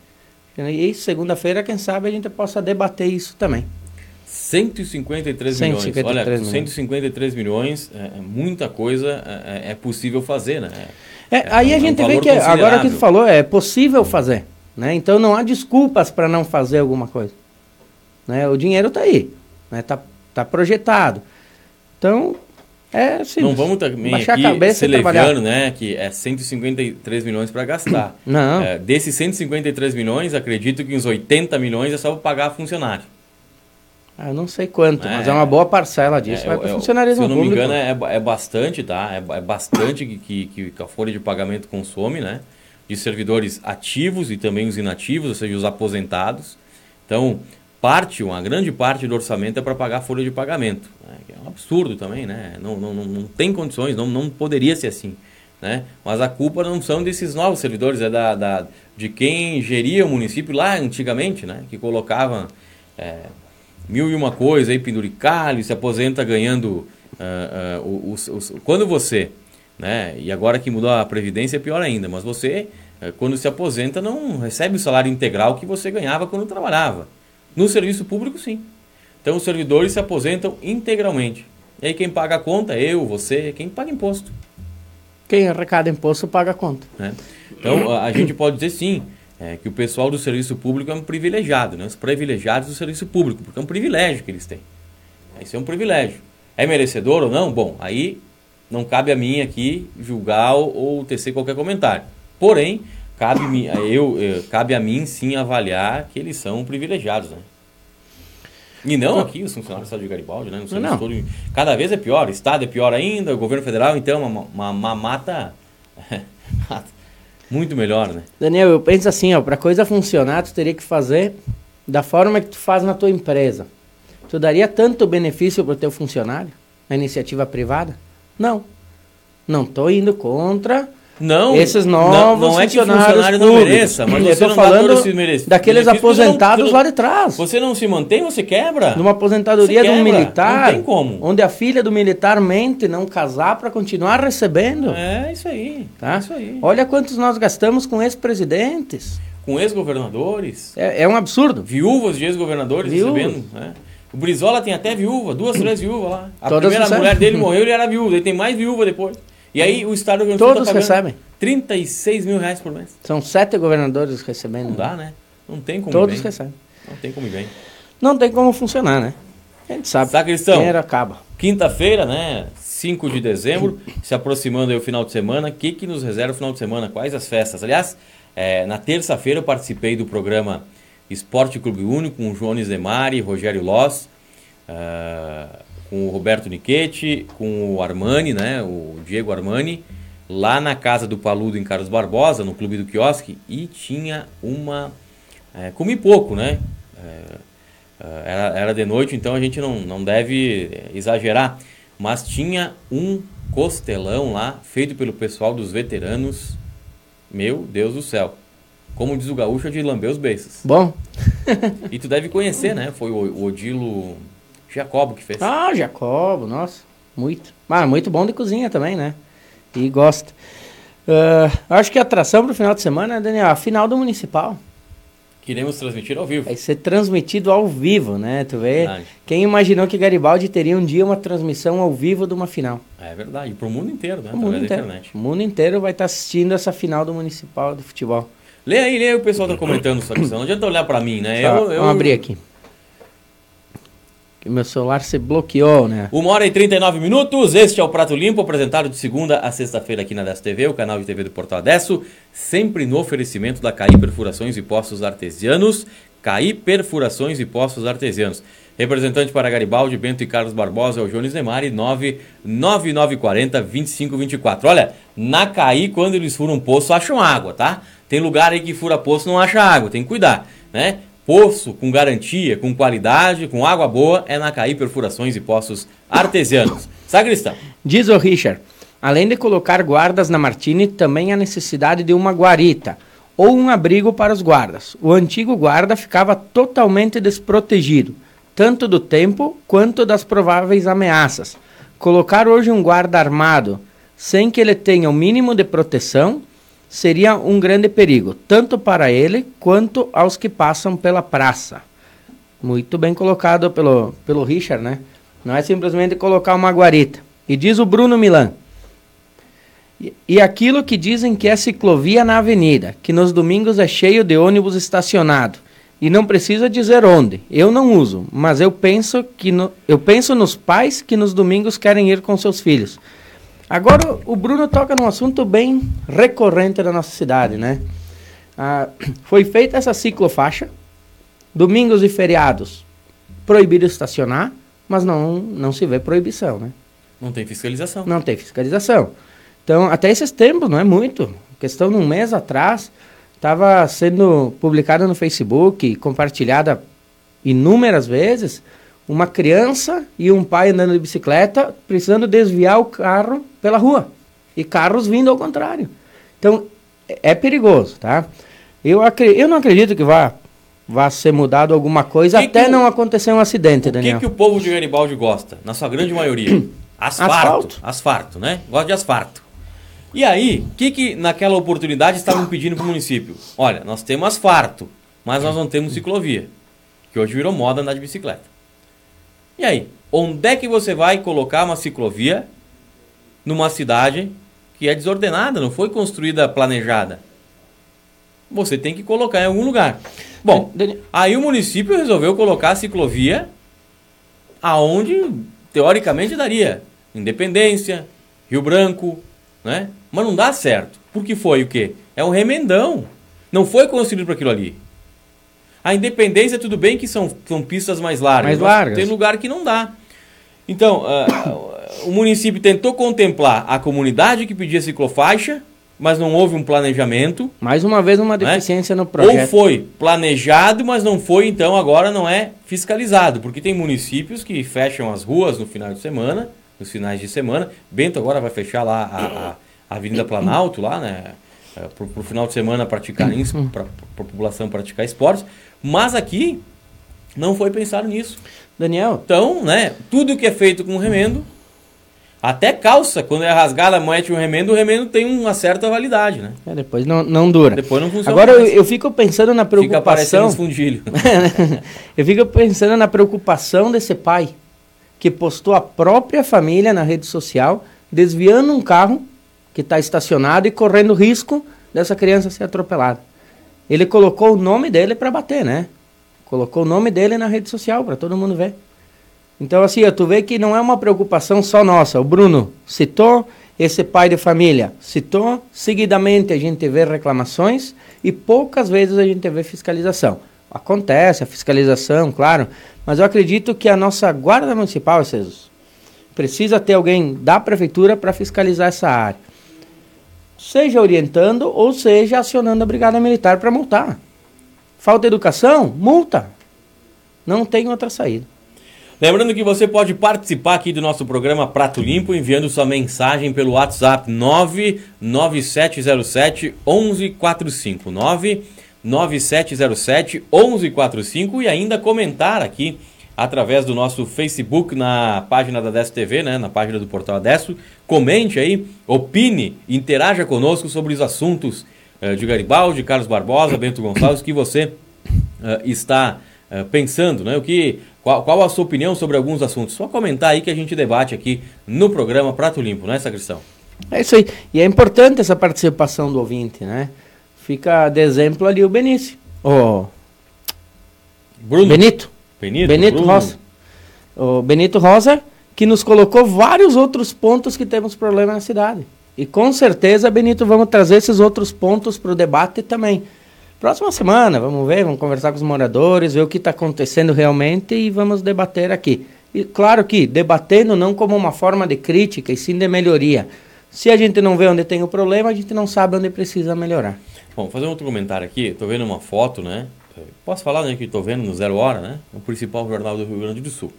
E segunda-feira, quem sabe, a gente possa debater isso também. cento e cinquenta e três milhões. Olha, milhões. cento e cinquenta e três milhões, é, muita coisa é, é possível fazer, né? É, é, aí é, a gente é um vê que agora que tu falou, é possível fazer, né? Então não há desculpas para não fazer alguma coisa. Né? O dinheiro está aí, né? Tá, tá projetado. Então... É, sim, não vamos também aqui se levando, né, que é cento e cinquenta e três milhões para gastar. Não. É, desses cento e cinquenta e três milhões, acredito que uns oitenta milhões é só para pagar funcionário. Ah, eu não sei quanto, é, mas é uma boa parcela disso. É, vai para funcionarismo público. Se eu não público. me engano, é, é bastante, tá? É, é bastante que, que, que a folha de pagamento consome, né? De servidores ativos e também os inativos, ou seja, os aposentados. Então... parte, uma grande parte do orçamento é para pagar a folha de pagamento. Né? É um absurdo também, né? Não, não, não, não tem condições, não, não poderia ser assim. Né? Mas a culpa não são desses novos servidores, é da, da, de quem geria o município lá antigamente, né? Que colocava é, mil e uma coisa, aí, penduricalho, se aposenta ganhando... Uh, uh, os, os, quando você... Né? E agora que mudou a Previdência é pior ainda, mas você, uh, quando se aposenta, não recebe o salário integral que você ganhava quando trabalhava. No serviço público, sim. Então, os servidores se aposentam integralmente. E aí, quem paga a conta, eu, você, quem paga imposto. Quem arrecada imposto paga a conta. É. Então, a, a gente pode dizer, sim, é, que o pessoal do serviço público é um privilegiado, né? Os privilegiados do serviço público, porque é um privilégio que eles têm. Isso é um privilégio. É merecedor ou não? Bom, aí não cabe a mim aqui julgar ou, ou tecer qualquer comentário. Porém, cabe, eu, eu, cabe a mim sim avaliar que eles são privilegiados, né? E não aqui os funcionários do Estado de Garibaldi, né? No não. Todo, cada vez é pior, o Estado é pior ainda, o governo federal, então, uma, uma, uma mata muito melhor, né? Daniel, eu penso assim, ó, para a coisa funcionar, tu teria que fazer da forma que tu faz na tua empresa. Tu daria tanto benefício para o teu funcionário, na iniciativa privada? Não. Não estou indo contra... Não, esses novos não, não é que o funcionário não mereça, mas eu você não falando dá todo esse merecido. Daqueles aposentados não, lá de trás. Você não se mantém, você quebra. Numa aposentadoria de um militar, não tem como. Onde a filha do militar mente não casar para continuar recebendo. É isso aí, tá? É isso aí. Olha quantos nós gastamos com ex-presidentes. Com ex-governadores. É, é um absurdo. Viúvas de ex-governadores recebendo. Né? O Brizola tem até viúva, duas, três viúvas lá. A Todas primeira recebem. mulher dele morreu, ele era viúva. Ele tem mais viúva depois. E aí o Estado do Rio Grande do Sul Todos tá recebem. trinta e seis mil reais por mês. São sete governadores recebendo. Não dá, né? Não tem como Todos ir bem. recebem. Não tem como ir bem. Não tem como funcionar, né? A gente sabe. Sacristão, Dinheiro acaba. Quinta-feira, né? cinco de dezembro, se aproximando aí o final de semana. O que, que nos reserva o final de semana? Quais as festas? Aliás, é, na terça-feira eu participei do programa Esporte Clube Único com o Jones Demari, Rogério Loss, uh, com o Roberto Nichetti, com o Armani, né? O Diego Armani, lá na casa do Paludo em Carlos Barbosa, no Clube do Quiosque, e tinha uma... É, comi pouco, né? É, era, era de noite, então a gente não, não deve exagerar, mas tinha um costelão lá, feito pelo pessoal dos veteranos. Meu Deus do céu. Como diz o gaúcho, é de lamber os beiços. Bom. E tu deve conhecer, né? Foi o, o Odilo Jacobo que fez. Ah, Jacobo, nossa. Muito. Ah, muito bom de cozinha também, né? E gosta. Uh, acho que a atração para o final de semana, Daniel, a final do Municipal. Queremos transmitir ao vivo. Vai ser transmitido ao vivo, né? Tu vê? Verdade. Quem imaginou que Garibaldi teria um dia uma transmissão ao vivo de uma final? É verdade. Para o mundo inteiro, né? O mundo inteiro. O mundo inteiro vai estar assistindo essa final do Municipal de Futebol. Lê aí, lê aí, o pessoal tá comentando essa questão. Não adianta olhar para mim, né? Tá, eu, eu... Vamos abrir aqui. Que meu celular se bloqueou, né? Uma hora e trinta e nove minutos, este é o Prato Limpo, apresentado de segunda a sexta-feira aqui na Adesso T V, o canal de T V do Portal Adesso, sempre no oferecimento da C A I Perfurações e Poços Artesianos. C A I Perfurações e Poços Artesianos. Representante para Garibaldi, Bento e Carlos Barbosa é o Jones Demari, nove nove nove quatro zero, dois cinco dois quatro. Olha, na C A I, quando eles furam poço, acham água, tá? Tem lugar aí que fura poço e não acha água, tem que cuidar, né? Poço com garantia, com qualidade, com água boa, é na C A I Perfurações e Poços Artesianos. Sacristão. Diz o Richard, além de colocar guardas na Martini, também há necessidade de uma guarita ou um abrigo para os guardas. O antigo guarda ficava totalmente desprotegido, tanto do tempo quanto das prováveis ameaças. Colocar hoje um guarda armado, sem que ele tenha o mínimo de proteção, seria um grande perigo, tanto para ele quanto aos que passam pela praça. Muito bem colocado pelo, pelo Richard, né? Não é simplesmente colocar uma guarita. E diz o Bruno Milan. E, e aquilo que dizem que é ciclovia na avenida, que nos domingos é cheio de ônibus estacionado. E não precisa dizer onde. Eu não uso, mas eu penso, que no, eu penso nos pais que nos domingos querem ir com seus filhos. Agora o Bruno toca num assunto bem recorrente da nossa cidade, né? Ah, foi feita essa ciclofaixa, domingos e feriados, proibido estacionar, mas não, não se vê proibição, né? Não tem fiscalização. Não tem fiscalização. Então, até esses tempos, não é muito. Questão de um mês atrás, estava sendo publicada no Facebook, compartilhada inúmeras vezes, uma criança e um pai andando de bicicleta precisando desviar o carro pela rua. E carros vindo ao contrário. Então, é perigoso, tá? Eu, eu não acredito que vá, vá ser mudado alguma coisa que até que não o, acontecer um acidente, o Daniel. O que, que o povo de Garibaldi gosta? Na sua grande maioria. Asfalto. Asfalto, asfalto, né? Gosta de asfalto. E aí, o que que naquela oportunidade estavam pedindo para o município? Olha, nós temos asfalto, mas nós não temos ciclovia. Que hoje virou moda andar de bicicleta. E aí, onde é que você vai colocar uma ciclovia numa cidade que é desordenada, não foi construída planejada? Você tem que colocar em algum lugar. Bom, aí o município resolveu colocar a ciclovia aonde, teoricamente, daria. Independência, Rio Branco, né? Mas não dá certo. Porque foi o quê? É um remendão. Não foi construído para aquilo ali. A Independência, tudo bem que são, são pistas mais largas. Mais largas. Tem lugar que não dá. Então, uh, o município tentou contemplar a comunidade que pedia ciclofaixa, mas não houve um planejamento. Mais uma vez uma deficiência, né, no projeto. Ou foi planejado, mas não foi, então agora não é fiscalizado. Porque tem municípios que fecham as ruas no final de semana, nos finais de semana. Bento agora vai fechar lá a, a, a Avenida Planalto, lá, né? Para o final de semana praticar para a população praticar esportes. Mas aqui não foi pensado nisso. Daniel. Então, né, tudo que é feito com remendo, até calça, quando é rasgada, mete um remendo, o remendo tem uma certa validade, né? É, depois não, não dura. Depois não funciona. Agora eu, eu fico pensando na preocupação... Fica parecendo uns fundilhos. Eu fico pensando na preocupação desse pai que postou a própria família na rede social, desviando um carro que está estacionado e correndo risco dessa criança ser atropelada. Ele colocou o nome dele para bater, né? Colocou o nome dele na rede social para todo mundo ver. Então, assim, tu vê que não é uma preocupação só nossa. O Bruno citou, esse pai de família citou, seguidamente a gente vê reclamações e poucas vezes a gente vê fiscalização. Acontece a fiscalização, claro, mas eu acredito que a nossa guarda municipal, Jesus, precisa ter alguém da prefeitura para fiscalizar essa área. Seja orientando ou seja acionando a brigada militar para multar. Falta educação? Multa. Não tem outra saída. Lembrando que você pode participar aqui do nosso programa Prato Limpo enviando sua mensagem pelo WhatsApp nove nove sete zero sete um um quatro cinco. nove nove sete zero sete um um quatro cinco e ainda comentar aqui através do nosso Facebook na página da Adesso T V, né, na página do Portal Adesso. Comente aí, opine, interaja conosco sobre os assuntos uh, de Garibaldi, Carlos Barbosa, Bento Gonçalves, que você uh, está uh, pensando, né? O que, qual, qual a sua opinião sobre alguns assuntos? Só comentar aí que a gente debate aqui no programa Prato Limpo, não é, Sacristão? É isso aí. E é importante essa participação do ouvinte, né? Fica de exemplo ali o Benício. O Bruno. Benito. Benito, Benito Bruno. Rosa. O Benito Rosa, que nos colocou vários outros pontos que temos problema na cidade. E com certeza, Benito, vamos trazer esses outros pontos para o debate também. Próxima semana, vamos ver, vamos conversar com os moradores, ver o que está acontecendo realmente e vamos debater aqui. E claro que debatendo não como uma forma de crítica, e sim de melhoria. Se a gente não vê onde tem o problema, a gente não sabe onde precisa melhorar. Bom, fazer um outro comentário aqui. Estou vendo uma foto, né? Posso falar, né, que estou vendo no Zero Hora, né? O principal jornal do Rio Grande do Sul.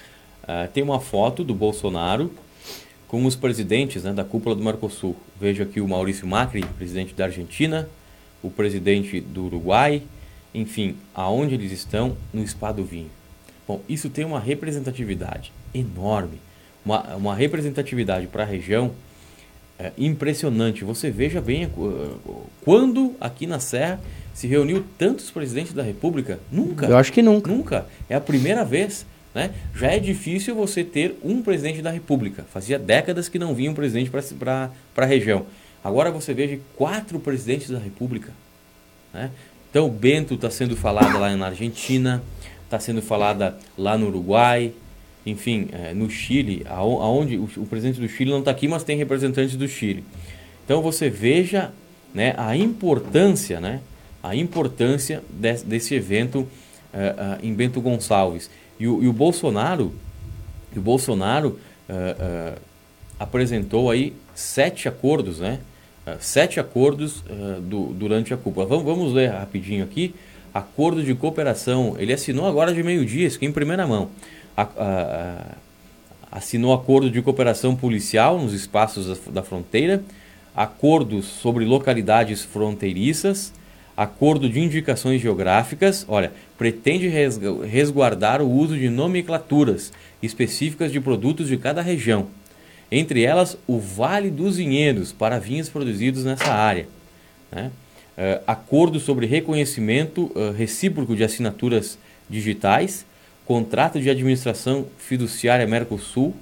Uh, tem uma foto do Bolsonaro com os presidentes, né, da cúpula do Mercosul. Vejo aqui o Maurício Macri, presidente da Argentina, o presidente do Uruguai, enfim, aonde eles estão? No Spa do Vinho. Bom, isso tem uma representatividade enorme, uma, uma representatividade para a região é, impressionante. Você veja bem uh, quando aqui na Serra se reuniu tantos presidentes da República? Nunca. Eu acho que nunca. Nunca. É a primeira vez, né? Já é difícil você ter um presidente da República. Fazia décadas que não vinha um presidente para a região. Agora você veja quatro presidentes da República, né? Então, Bento está sendo falada lá na Argentina, está sendo falada lá no Uruguai, enfim, é, no Chile, aonde o, o presidente do Chile não está aqui, mas tem representantes do Chile. Então, você veja, né, a importância, né, a importância desse, desse evento uh, uh, em Bento Gonçalves. E o, e o Bolsonaro, o Bolsonaro uh, uh, apresentou aí sete acordos, né? Uh, sete acordos uh, do, durante a cúpula. Vamos, vamos ler rapidinho aqui. Acordo de cooperação. Ele assinou agora de meio-dia, isso aqui em primeira mão. A, a, a, assinou acordo de cooperação policial nos espaços da, da fronteira. Acordos sobre localidades fronteiriças. Acordo de indicações geográficas. Olha, pretende resguardar o uso de nomenclaturas específicas de produtos de cada região. Entre elas, o Vale dos Vinhedos, para vinhos produzidos nessa área. Né? Uh, acordo sobre reconhecimento uh, recíproco de assinaturas digitais. Contrato de administração fiduciária Mercosul.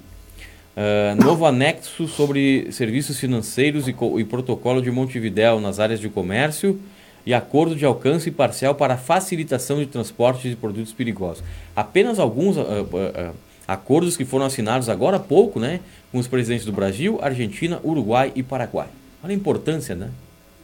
Uh, novo anexo sobre serviços financeiros e, e protocolo de Montevidéu nas áreas de comércio. E acordo de alcance parcial para facilitação de transporte de produtos perigosos. Apenas alguns uh, uh, uh, Acordos que foram assinados agora há pouco, né? Com os presidentes do Brasil, Argentina, Uruguai e Paraguai. Olha a importância, né?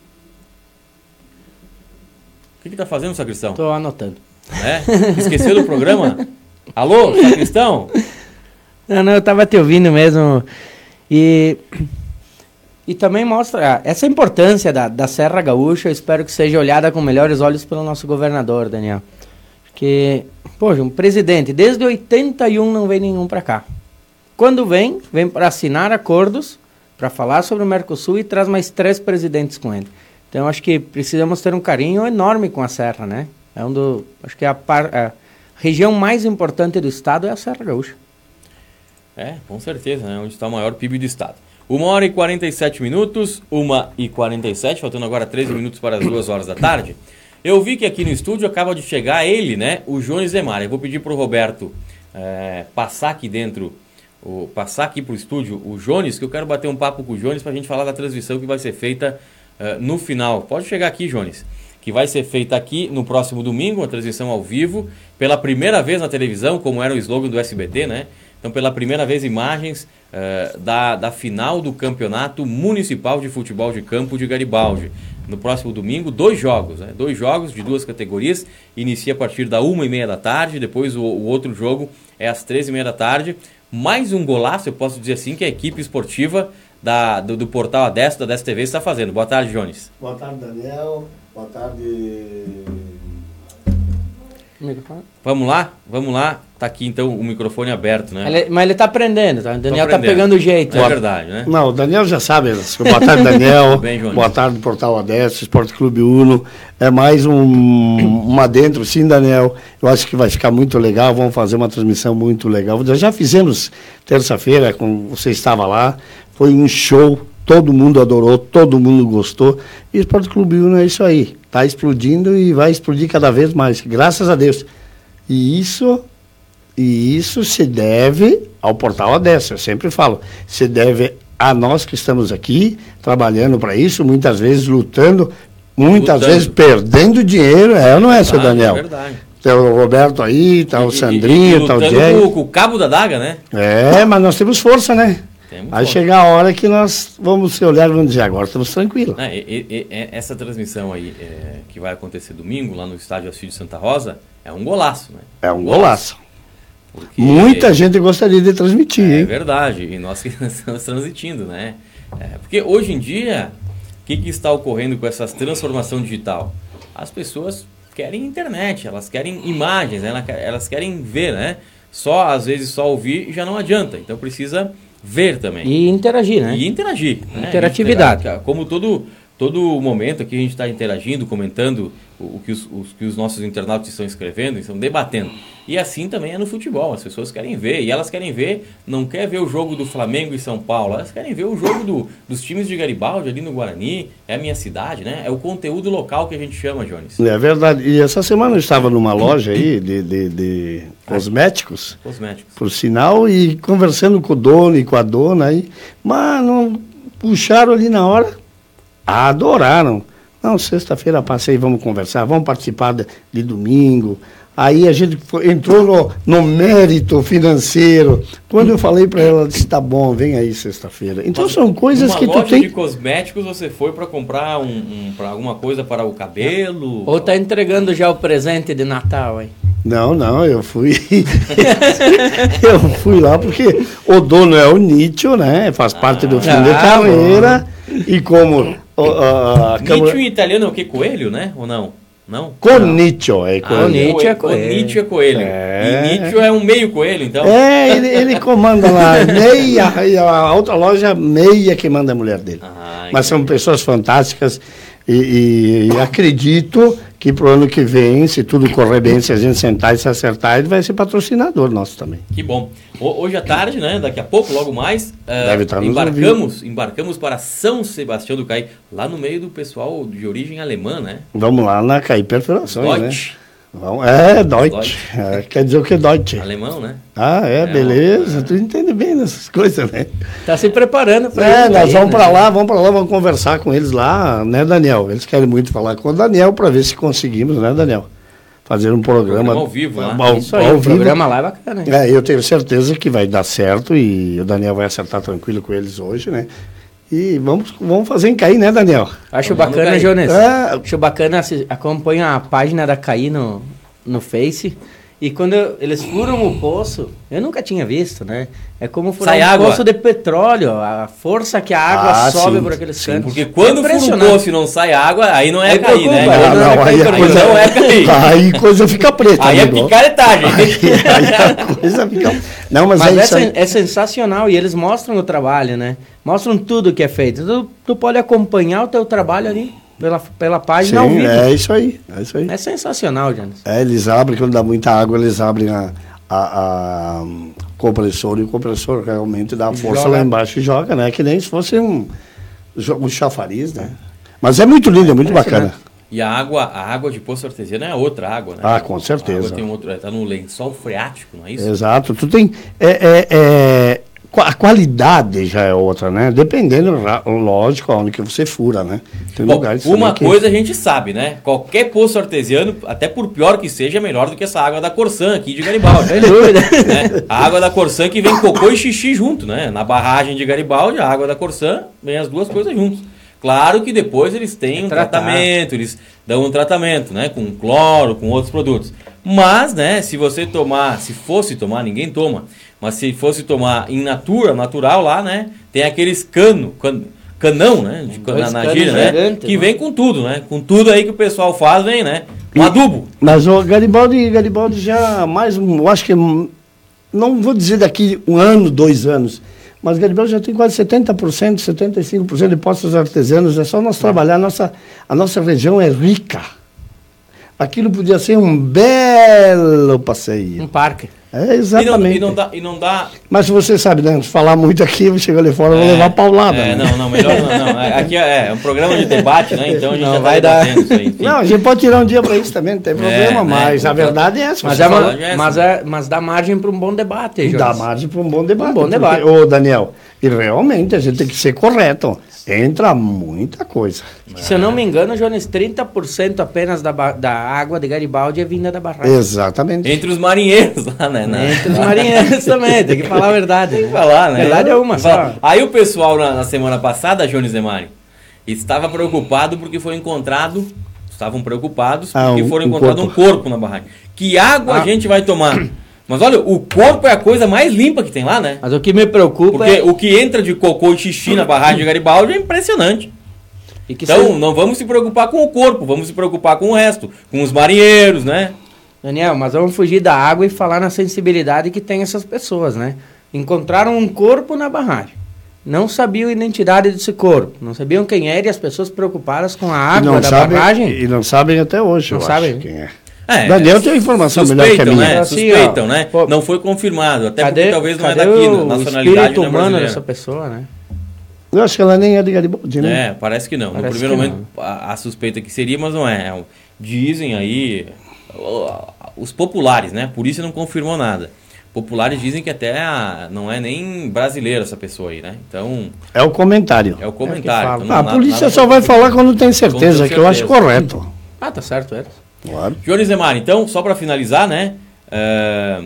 O que que tá fazendo, sacristão? Tô anotando. É? Esqueceu do programa? Alô, sacristão? Não, não, eu tava te ouvindo mesmo. E, e também mostra essa importância da, da Serra Gaúcha. Eu espero que seja olhada com melhores olhos pelo nosso governador, Daniel. Porque, poxa, um presidente, desde oitenta e um não vem nenhum para cá. Quando vem, vem para assinar acordos, para falar sobre o Mercosul e traz mais três presidentes com ele. Então, acho que precisamos ter um carinho enorme com a Serra, né? É um do, acho que a, par, a região mais importante do estado é a Serra Gaúcha. É, com certeza, né? Onde está o maior P I B do estado. uma hora e quarenta e sete minutos, uma e quarenta e sete, faltando agora treze minutos para as duas horas da tarde. Eu vi que aqui no estúdio acaba de chegar ele, né? O Jones Zemar. Eu vou pedir para o Roberto é, passar aqui dentro, o, passar aqui para o estúdio o Jones, que eu quero bater um papo com o Jones para a gente falar da transmissão que vai ser feita uh, no final. Pode chegar aqui, Jones. Que vai ser feita aqui no próximo domingo, uma transmissão ao vivo, pela primeira vez na televisão, como era o slogan do S B T, né? Então, pela primeira vez, imagens uh, da, da final do Campeonato Municipal de Futebol de Campo de Garibaldi. No próximo domingo, dois jogos, né? Dois jogos de duas categorias. Inicia a partir da uma e meia da tarde, depois o, o outro jogo é às treze e meia da tarde. Mais um golaço, eu posso dizer assim, que a equipe esportiva da, do, do Portal Adesso, da Adesso T V, está fazendo. Boa tarde, Jones. Boa tarde, Daniel. Boa tarde. Vamos lá? Vamos lá. Tá aqui então o microfone aberto, né? Ele, mas ele tá aprendendo, tá? O Daniel Tô tá aprendendo. pegando o jeito. É Boa- verdade, né? Não, o Daniel já sabe. Boa tarde, Daniel. Bem, Jones. Boa tarde, Portal Adesso, Esporte Clube Uno. É mais um, um adentro, sim, Daniel. Eu acho que vai ficar muito legal. Vamos fazer uma transmissão muito legal. Já fizemos terça-feira, com você estava lá. Foi um show. Todo mundo adorou, todo mundo gostou. E o Esporte Clube Uno é isso aí. Está explodindo e vai explodir cada vez mais. Graças a Deus. E isso... E isso se deve ao Portal Adesso, eu sempre falo, se deve a nós que estamos aqui, trabalhando para isso, muitas vezes lutando, muitas Lutando. vezes perdendo dinheiro, é ou não é, seu Daniel? É verdade. Tem o Roberto aí, tá o E- e- Sandrinho, e tá o lutando Jack. com, com o cabo da daga, né? É, mas nós temos força, né? Temos Aí força. chegar a hora que nós vamos se olhar e vamos dizer, agora estamos tranquilos. É, e- e- e- essa transmissão aí, é, que vai acontecer domingo, lá no estádio Alcides Santa Rosa, é um golaço, né? É um golaço. Porque Muita gente gostaria de transmitir, É hein? verdade, e nós que estamos transmitindo, né? É, porque hoje em dia, o que, que está ocorrendo com essa transformação digital? As pessoas querem internet, elas querem imagens, né? Elas- elas querem ver, né? Só, às vezes, só ouvir já não adianta, então precisa ver também. E interagir, né? E interagir. né? Interatividade. Interagir. Como todo, todo momento aqui a gente está interagindo, comentando o, o, que os, os que os nossos internautas estão escrevendo, estão debatendo. E assim também é no futebol. As pessoas querem ver. E elas querem ver, não quer ver o jogo do Flamengo e São Paulo. Elas querem ver o jogo do, dos times de Garibaldi ali no Guarani. É a minha cidade, né? É o conteúdo local que a gente chama, Jones. É verdade. E essa semana eu estava numa loja aí de, de, de cosméticos. Cosméticos. Por sinal, e conversando com o dono e com a dona aí, mano, puxaram ali na hora, adoraram. Não, sexta-feira passei, vamos conversar, vamos participar de, de domingo. Aí a gente foi- entrou no, no mérito financeiro. Quando eu falei para ela, ela disse, tá bom, vem aí sexta-feira. Então Mas são coisas numa que tu loja tem... de cosméticos você foi para comprar um, um, pra alguma coisa para o cabelo? Ou tá entregando já o presente de Natal, hein? Não, não, eu fui. eu fui lá porque o dono é o Nietzsche, né? Faz parte do fim Ah, de carreira. E como o- a, a Câmara- Nietzsche em italiano é o que? Coelho, né? Ou não? Não? Cornicho, é Ah, coelho. Nietzsche é o- o coelho. Nietzsche é coelho. É. E Nietzsche é um meio coelho, então? É, ele, ele comanda lá, meia, e a outra loja, meia que manda a mulher dele. Ah, Mas são entendi. pessoas fantásticas e, e- e acredito que pro ano que vem, se tudo correr bem, se a gente sentar e se acertar, ele vai ser patrocinador nosso também. Que bom. Ho- Hoje à tarde, né? Daqui a pouco, logo mais, eh, Deve estar nos embarcamos, embarcamos para São Sebastião do Caí, lá no meio do pessoal de origem alemã, né? Vamos lá na Caí Perfurações, Deutsch. né? Vamos, é, Deutsch. Deutsch. É, quer dizer o que é Deutsch? Alemão, né? Ah, é, É, beleza. é. Tu entende bem dessas coisas, né? Tá se preparando para É, isso nós aí, vamos né? pra lá, vamos pra lá, vamos conversar com eles lá, né, Daniel? Eles querem muito falar com o Daniel para ver se conseguimos, né, Daniel? fazer um programa, programa ao vivo, né? Ao, Isso aí, ao o vivo. programa lá é bacana. Hein? É, eu tenho certeza que vai dar certo e o Daniel vai acertar tranquilo com eles hoje, né? E vamos, vamos fazer em Caí, né, Daniel? Acho Vamos bacana, cair. Jones. É. Acho bacana, assi- acompanha a página da Caí no, no Face. E quando eu- eles furam o poço, eu nunca tinha visto, né? É como furar Sai um água. poço de petróleo, a força que a água Ah, sobe sim, por aqueles sim, canos. Porque quando É fura o impressionante. poço e não sai água, aí não é Aí cair, né? preocupa, Ah, não, não, é aí a cair, coisa, não é cair. aí a coisa fica preta, Aí é amigo. picaretagem. Aí a coisa fica... Não, mas, Mas é é, isso aí. sen- é sensacional e eles mostram o trabalho, né? Mostram tudo que é feito. Tu, tu pode acompanhar o teu trabalho ali pela, pela página ao Sim, vivo. é isso aí, é isso aí. É sensacional, Jones. É, eles abrem, quando dá muita água, eles abrem a, a, a compressor e o compressor realmente dá força Joga. lá embaixo e joga, né? Que nem se fosse um, um chafariz, né? Mas é muito lindo, é muito bacana. E a água, a água de poço artesiano é outra água, né? Ah, com A certeza. água tem um outro, tá no lençol freático, não é isso? Exato. Tu tem. É, é, é, qua- a qualidade já é outra, né? Dependendo, ra- lógico, aonde que você fura, né? Tem Bom, lugares uma também que- coisa a gente sabe, né? Qualquer poço artesiano, até por pior que seja, é melhor do que essa água da Corsã aqui de Garibaldi. Sem dúvida. né? A água da Corsã que vem cocô e xixi junto, né? Na barragem de Garibaldi, a água da Corsã vem as duas coisas juntas. Claro que depois eles têm um Tratar. tratamento, eles dão um tratamento, né? Com cloro, com outros produtos. Mas, né, se você tomar, se fosse tomar, ninguém toma, mas se fosse tomar in natura, natural lá, né? Tem aqueles cano, can, canão, né? De, Dois na, na canos gíria, né? gigantes, Que né? vem com tudo, né? Com tudo aí que o pessoal faz, vem, né? Um adubo. Mas o Garibaldi, Garibaldi já mais, um- eu acho que, hum, não vou dizer daqui um ano, dois anos, mas Garibaldi já tem quase setenta por cento, setenta e cinco por cento de poços artesianos, é só nós trabalhar, a nossa, a nossa região é rica. Aquilo podia ser um belo passeio. Um parque. É, E não, exatamente. e não dá, e não dá Mas você sabe, né? Se falar muito aqui, eu chego ali fora, eu vou É, levar paulada. É, né? não, não, melhor não, não. Aqui é, é um programa de debate, né? Então a gente Não, já vai tá dar. debatendo isso aí. enfim. Não, a gente pode tirar um dia para isso também, não tem problema, né? mas a Então- verdade é essa. Mas, você é falou- uma, já é mas, assim. é, mas dá margem para um bom debate, Jones. Dá margem para um bom debate. Um bom porque- debate. Ô, Daniel, e realmente a gente tem que ser correto. Entra muita coisa. Se eu não me engano, Jones, trinta por cento apenas da, ba- da água de Garibaldi é vinda da barragem. Exatamente. Entre os marinheiros lá, né? Na- Entre os marinheiros também, tem que falar a verdade. Tem que né? falar, né? A verdade é uma Fala- só. Aí o pessoal na, na semana passada, Jones Zemari, estava preocupado porque foi encontrado, estavam preocupados Ah, porque um- foram um encontrado corpo. um corpo na barragem. Que água Ah. a gente vai tomar? Mas olha, o corpo é a coisa mais limpa que tem lá, né? Mas o que me preocupa Porque é... o que entra de cocô e xixi na barragem de Garibaldi é impressionante. E que Então, se- não vamos se preocupar com o corpo, vamos se preocupar com o resto, com os marinheiros, né? Daniel, mas vamos fugir da água e falar na sensibilidade que tem essas pessoas, né? Encontraram um corpo na barragem. Não sabiam a identidade desse corpo. Não sabiam quem era e as pessoas preocupadas com a E água não da sabem, barragem. e não sabem até hoje, Não eu sabem, acho né? quem é. É, Daniel tem uma informação melhor que a suspeitam, minha. né? Assim, Suspeitam, ó, né? pô, não foi confirmado, até Cadê, porque talvez não é cadê daqui, o nacionalidade espírito não é humano brasileira. dessa pessoa, né? Eu acho que ela nem é de Garibaldi, né? É, parece que não. Parece no primeiro que momento, a, a suspeita que seria, mas não é. É um- Dizem aí, ó, os populares, né? Por isso não confirmou nada. Populares dizem que até a- não é nem brasileira essa pessoa aí, né? Então, É o comentário. é o comentário. É o que Então, Ah, a não- polícia nada- só vai falar quando tem certeza, Com que eu acho certeza. correto. Ah, tá certo, era. Claro. Jones Zemar, então, só para finalizar, né? é,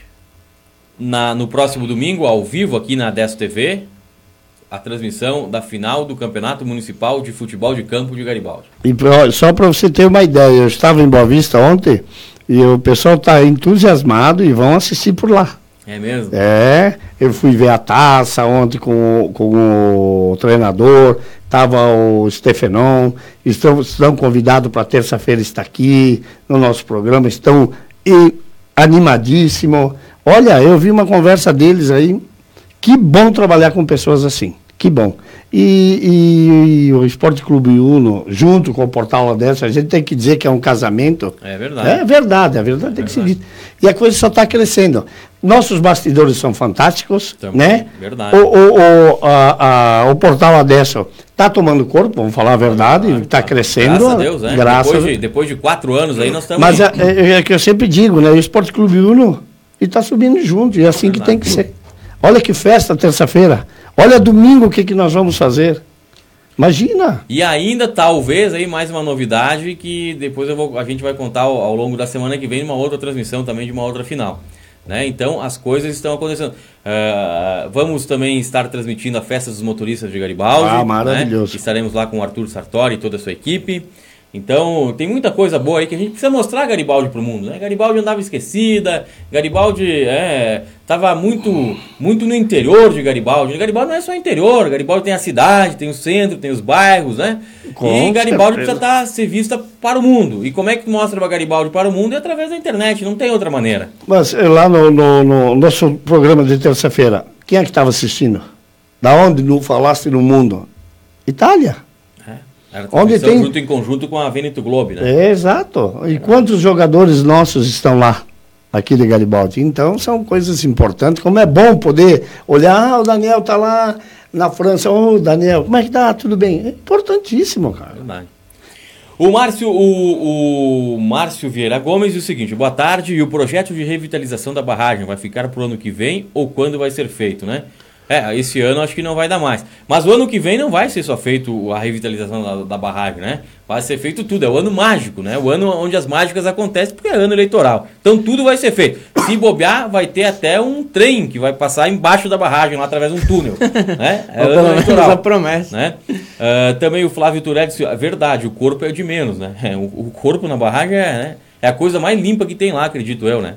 na, no próximo domingo, ao vivo, aqui na Adesso T V, a transmissão da final do Campeonato Municipal de Futebol de Campo de Garibaldi. E pra- só para você ter uma ideia, eu estava em Boa Vista ontem e o pessoal está entusiasmado e vão assistir por lá. É mesmo? É, eu fui ver a taça ontem com, o- com o treinador, estava o Stefenon, estão, estão convidados para terça-feira estar aqui no nosso programa, estão e, animadíssimos. Olha, eu vi uma conversa deles aí, que bom trabalhar com pessoas assim, que bom. E, e- e o Esporte Clube Uno, junto com o Portal Adesso, a gente tem que dizer que é um casamento. É verdade. É verdade, a verdade tem que ser verdade. dita. E a coisa só está crescendo. Nossos bastidores são fantásticos, Também, né? verdade. O, o, o, a, a, o Portal Adesso está tomando corpo, vamos falar a verdade, está crescendo. Graças a Deus, né? Graças depois, a- de, depois de quatro anos aí nós estamos... Mas é, é, é que eu sempre digo, né? O Esporte Clube Uno está subindo junto, e é assim que Verdade. tem que ser. Olha que festa terça-feira. Olha domingo o que, que nós vamos fazer. Imagina! E ainda, talvez, aí mais uma novidade que depois eu vou, a gente vai contar ao, ao longo da semana que vem uma outra transmissão também de uma outra final. Né? Então, as coisas estão acontecendo. Uh, vamos também estar transmitindo a Festa dos Motoristas de Garibaldi. Ah, maravilhoso. Né? Estaremos lá com o Arthur Sartori e toda a sua equipe. Então, tem muita coisa boa aí que a gente precisa mostrar Garibaldi pro mundo, né? Garibaldi andava esquecida, Garibaldi é, tava muito, muito no interior de Garibaldi. Garibaldi não é só interior, Garibaldi tem a cidade, tem o centro, tem os bairros, né? Com e Garibaldi certeza. precisa tá, ser vista para o mundo. E como é que mostra a Garibaldi para o mundo? É através da internet, não tem outra maneira. Mas lá no, no, no nosso programa de terça-feira, quem é que estava assistindo? Da onde não falaste no mundo? Itália. Era Onde tem... junto em conjunto com a Veneto Globe, né? É, exato. E quantos jogadores nossos estão lá, aqui de Garibaldi? Então, são coisas importantes. Como é bom poder olhar, ah, o Daniel está lá na França. Ô, oh, Daniel, como é que tá? Tudo bem? É importantíssimo, cara. Verdade. O Márcio, o, o Márcio Vieira Gomes diz o seguinte: boa tarde, e o projeto de revitalização da barragem vai ficar para o ano que vem ou quando vai ser feito, né? É, esse ano acho que não vai dar mais. Mas o ano que vem não vai ser só feito a revitalização da, da barragem, né? Vai ser feito tudo, é o ano mágico, né? O ano onde as mágicas acontecem, porque é ano eleitoral. Então tudo vai ser feito. Se bobear, vai ter até um trem que vai passar embaixo da barragem, lá através de um túnel. Né? É Ou ano eleitoral. a promessa. Né? Uh, também o Flávio Turelli disse, é verdade, o corpo é o de menos, né? É, o, o corpo na barragem é, né? É a coisa mais limpa que tem lá, acredito eu, né?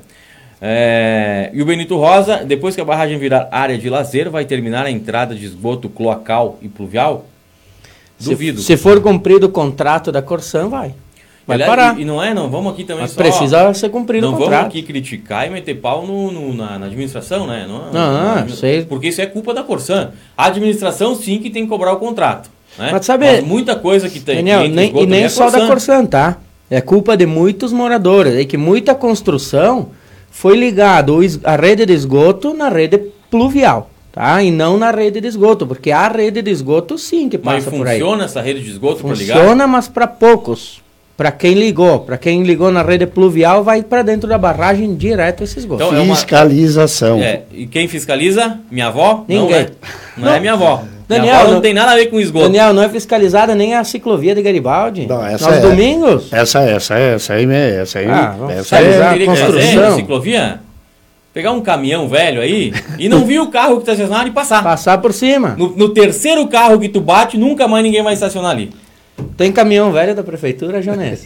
É, e o Benito Rosa, depois que a barragem virar área de lazer, vai terminar a entrada de esgoto cloacal e pluvial? Duvido. Se, se for cumprido o contrato da Corsan, vai. Vai Aliás, parar. E, e não é, não, vamos aqui também Mas só... precisa ser cumprido não o contrato. Não vamos aqui criticar e meter pau no, no, na, na administração, né? Não, não, na, sei. Porque isso é culpa da Corsan. A administração sim que tem que cobrar o contrato. Né? Mas sabe... Mas muita coisa que tem... Daniel, que nem, e nem é só da Corsan, tá? É culpa de muitos moradores. É que muita construção... foi ligado a rede de esgoto na rede pluvial, tá? E não na rede de esgoto, porque a rede de esgoto sim que passa mas por aí. funciona essa rede de esgoto para ligar? Funciona, mas para poucos. Para quem ligou, para quem ligou na rede pluvial, vai para dentro da barragem direto esse esgoto. Então, é uma... Fiscalização. É, e quem fiscaliza? Minha avó? Ninguém. Não, né? não, não é minha avó. Daniel, minha avó não, não tem nada a ver com esgoto. Daniel, não é fiscalizada nem a ciclovia de Garibaldi. Não, essa Aos é, domingos? Essa, essa, essa aí, essa aí. Ah, vamos essa fiscalizar é a construção. Ciclovia? Pegar um caminhão velho aí e não vir o carro que está estacionado e passar. Passar por cima. No, no terceiro carro que tu bate, nunca mais ninguém vai estacionar ali. Tem caminhão velho da prefeitura, Jones?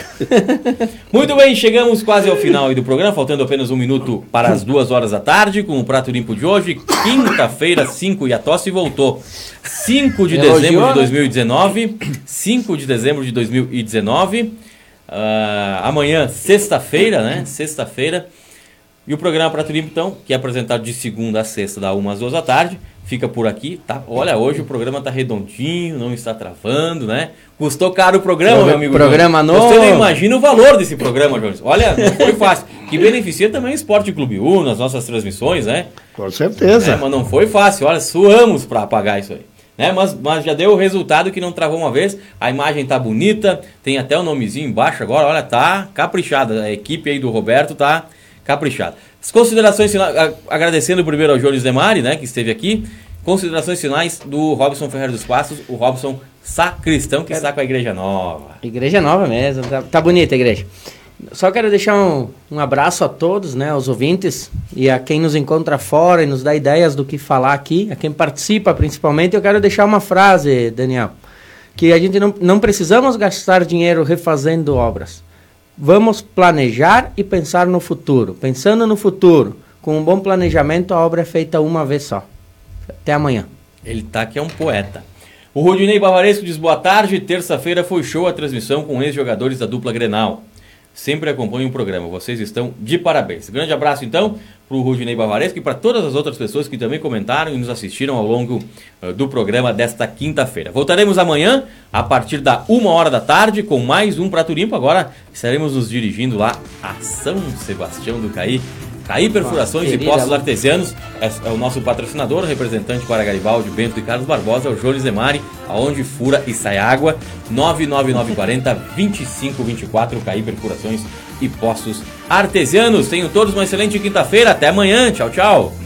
Muito bem, chegamos quase ao final aí do programa, faltando apenas um minuto para as duas horas da tarde, com o Prato Limpo de hoje, quinta-feira, cinco, e a tosse voltou. cinco de dezembro de dois mil e dezenove, cinco de dezembro de dois mil e dezenove, uh, amanhã, sexta-feira, né, sexta-feira, e o programa Prato Limpo, então, que é apresentado de segunda a sexta, da uma às duas da tarde, fica por aqui, tá? Olha, hoje o programa tá redondinho, não está travando, né? Custou caro o programa, Pro, meu amigo Programa Jones. novo. Você não imagina o valor desse programa, Jones. Olha, não foi fácil. Que beneficia também o Esporte Clube Uno, as nossas transmissões, né? Com certeza. É, mas não foi fácil, olha, suamos para apagar isso aí. Né? Mas, mas já deu o resultado que não travou uma vez, a imagem tá bonita, tem até o nomezinho embaixo agora, olha, tá caprichada. A equipe aí do Roberto tá caprichada. As considerações finais, agradecendo primeiro ao Jones Demari, né, que esteve aqui. Considerações finais do Robson Ferreira dos Passos, o Robson sacristão que está com a Igreja Nova. Igreja Nova mesmo, tá, tá bonita a igreja. Só quero deixar um, um abraço a todos, né, aos ouvintes e a quem nos encontra fora e nos dá ideias do que falar aqui, a quem participa principalmente. Eu quero deixar uma frase, Daniel, que a gente não, não precisamos gastar dinheiro refazendo obras. Vamos planejar e pensar no futuro. Pensando no futuro, com um bom planejamento, a obra é feita uma vez só. Até amanhã. Ele tá que é um poeta. O Rodinei Bavaresco diz boa tarde. Terça-feira foi show a transmissão com ex-jogadores da dupla Grenal. Sempre acompanhem o programa. Vocês estão de parabéns. Grande abraço então para o Rodinei Bavaresco e para todas as outras pessoas que também comentaram e nos assistiram ao longo uh, do programa desta quinta-feira. Voltaremos amanhã a partir da uma hora da tarde com mais um Prato Limpo. Agora estaremos nos dirigindo lá a São Sebastião do Caí. Caí Perfurações e Postos Artesianos é, é o nosso patrocinador, representante para Garibaldi, Bento e Carlos Barbosa, é o Jones Demari, aonde fura e sai água. Nove nove nove quatro zero, dois cinco dois quatro, Caí Perfurações e Postos Artesianos. Tenham todos uma excelente quinta-feira, até amanhã, tchau, tchau.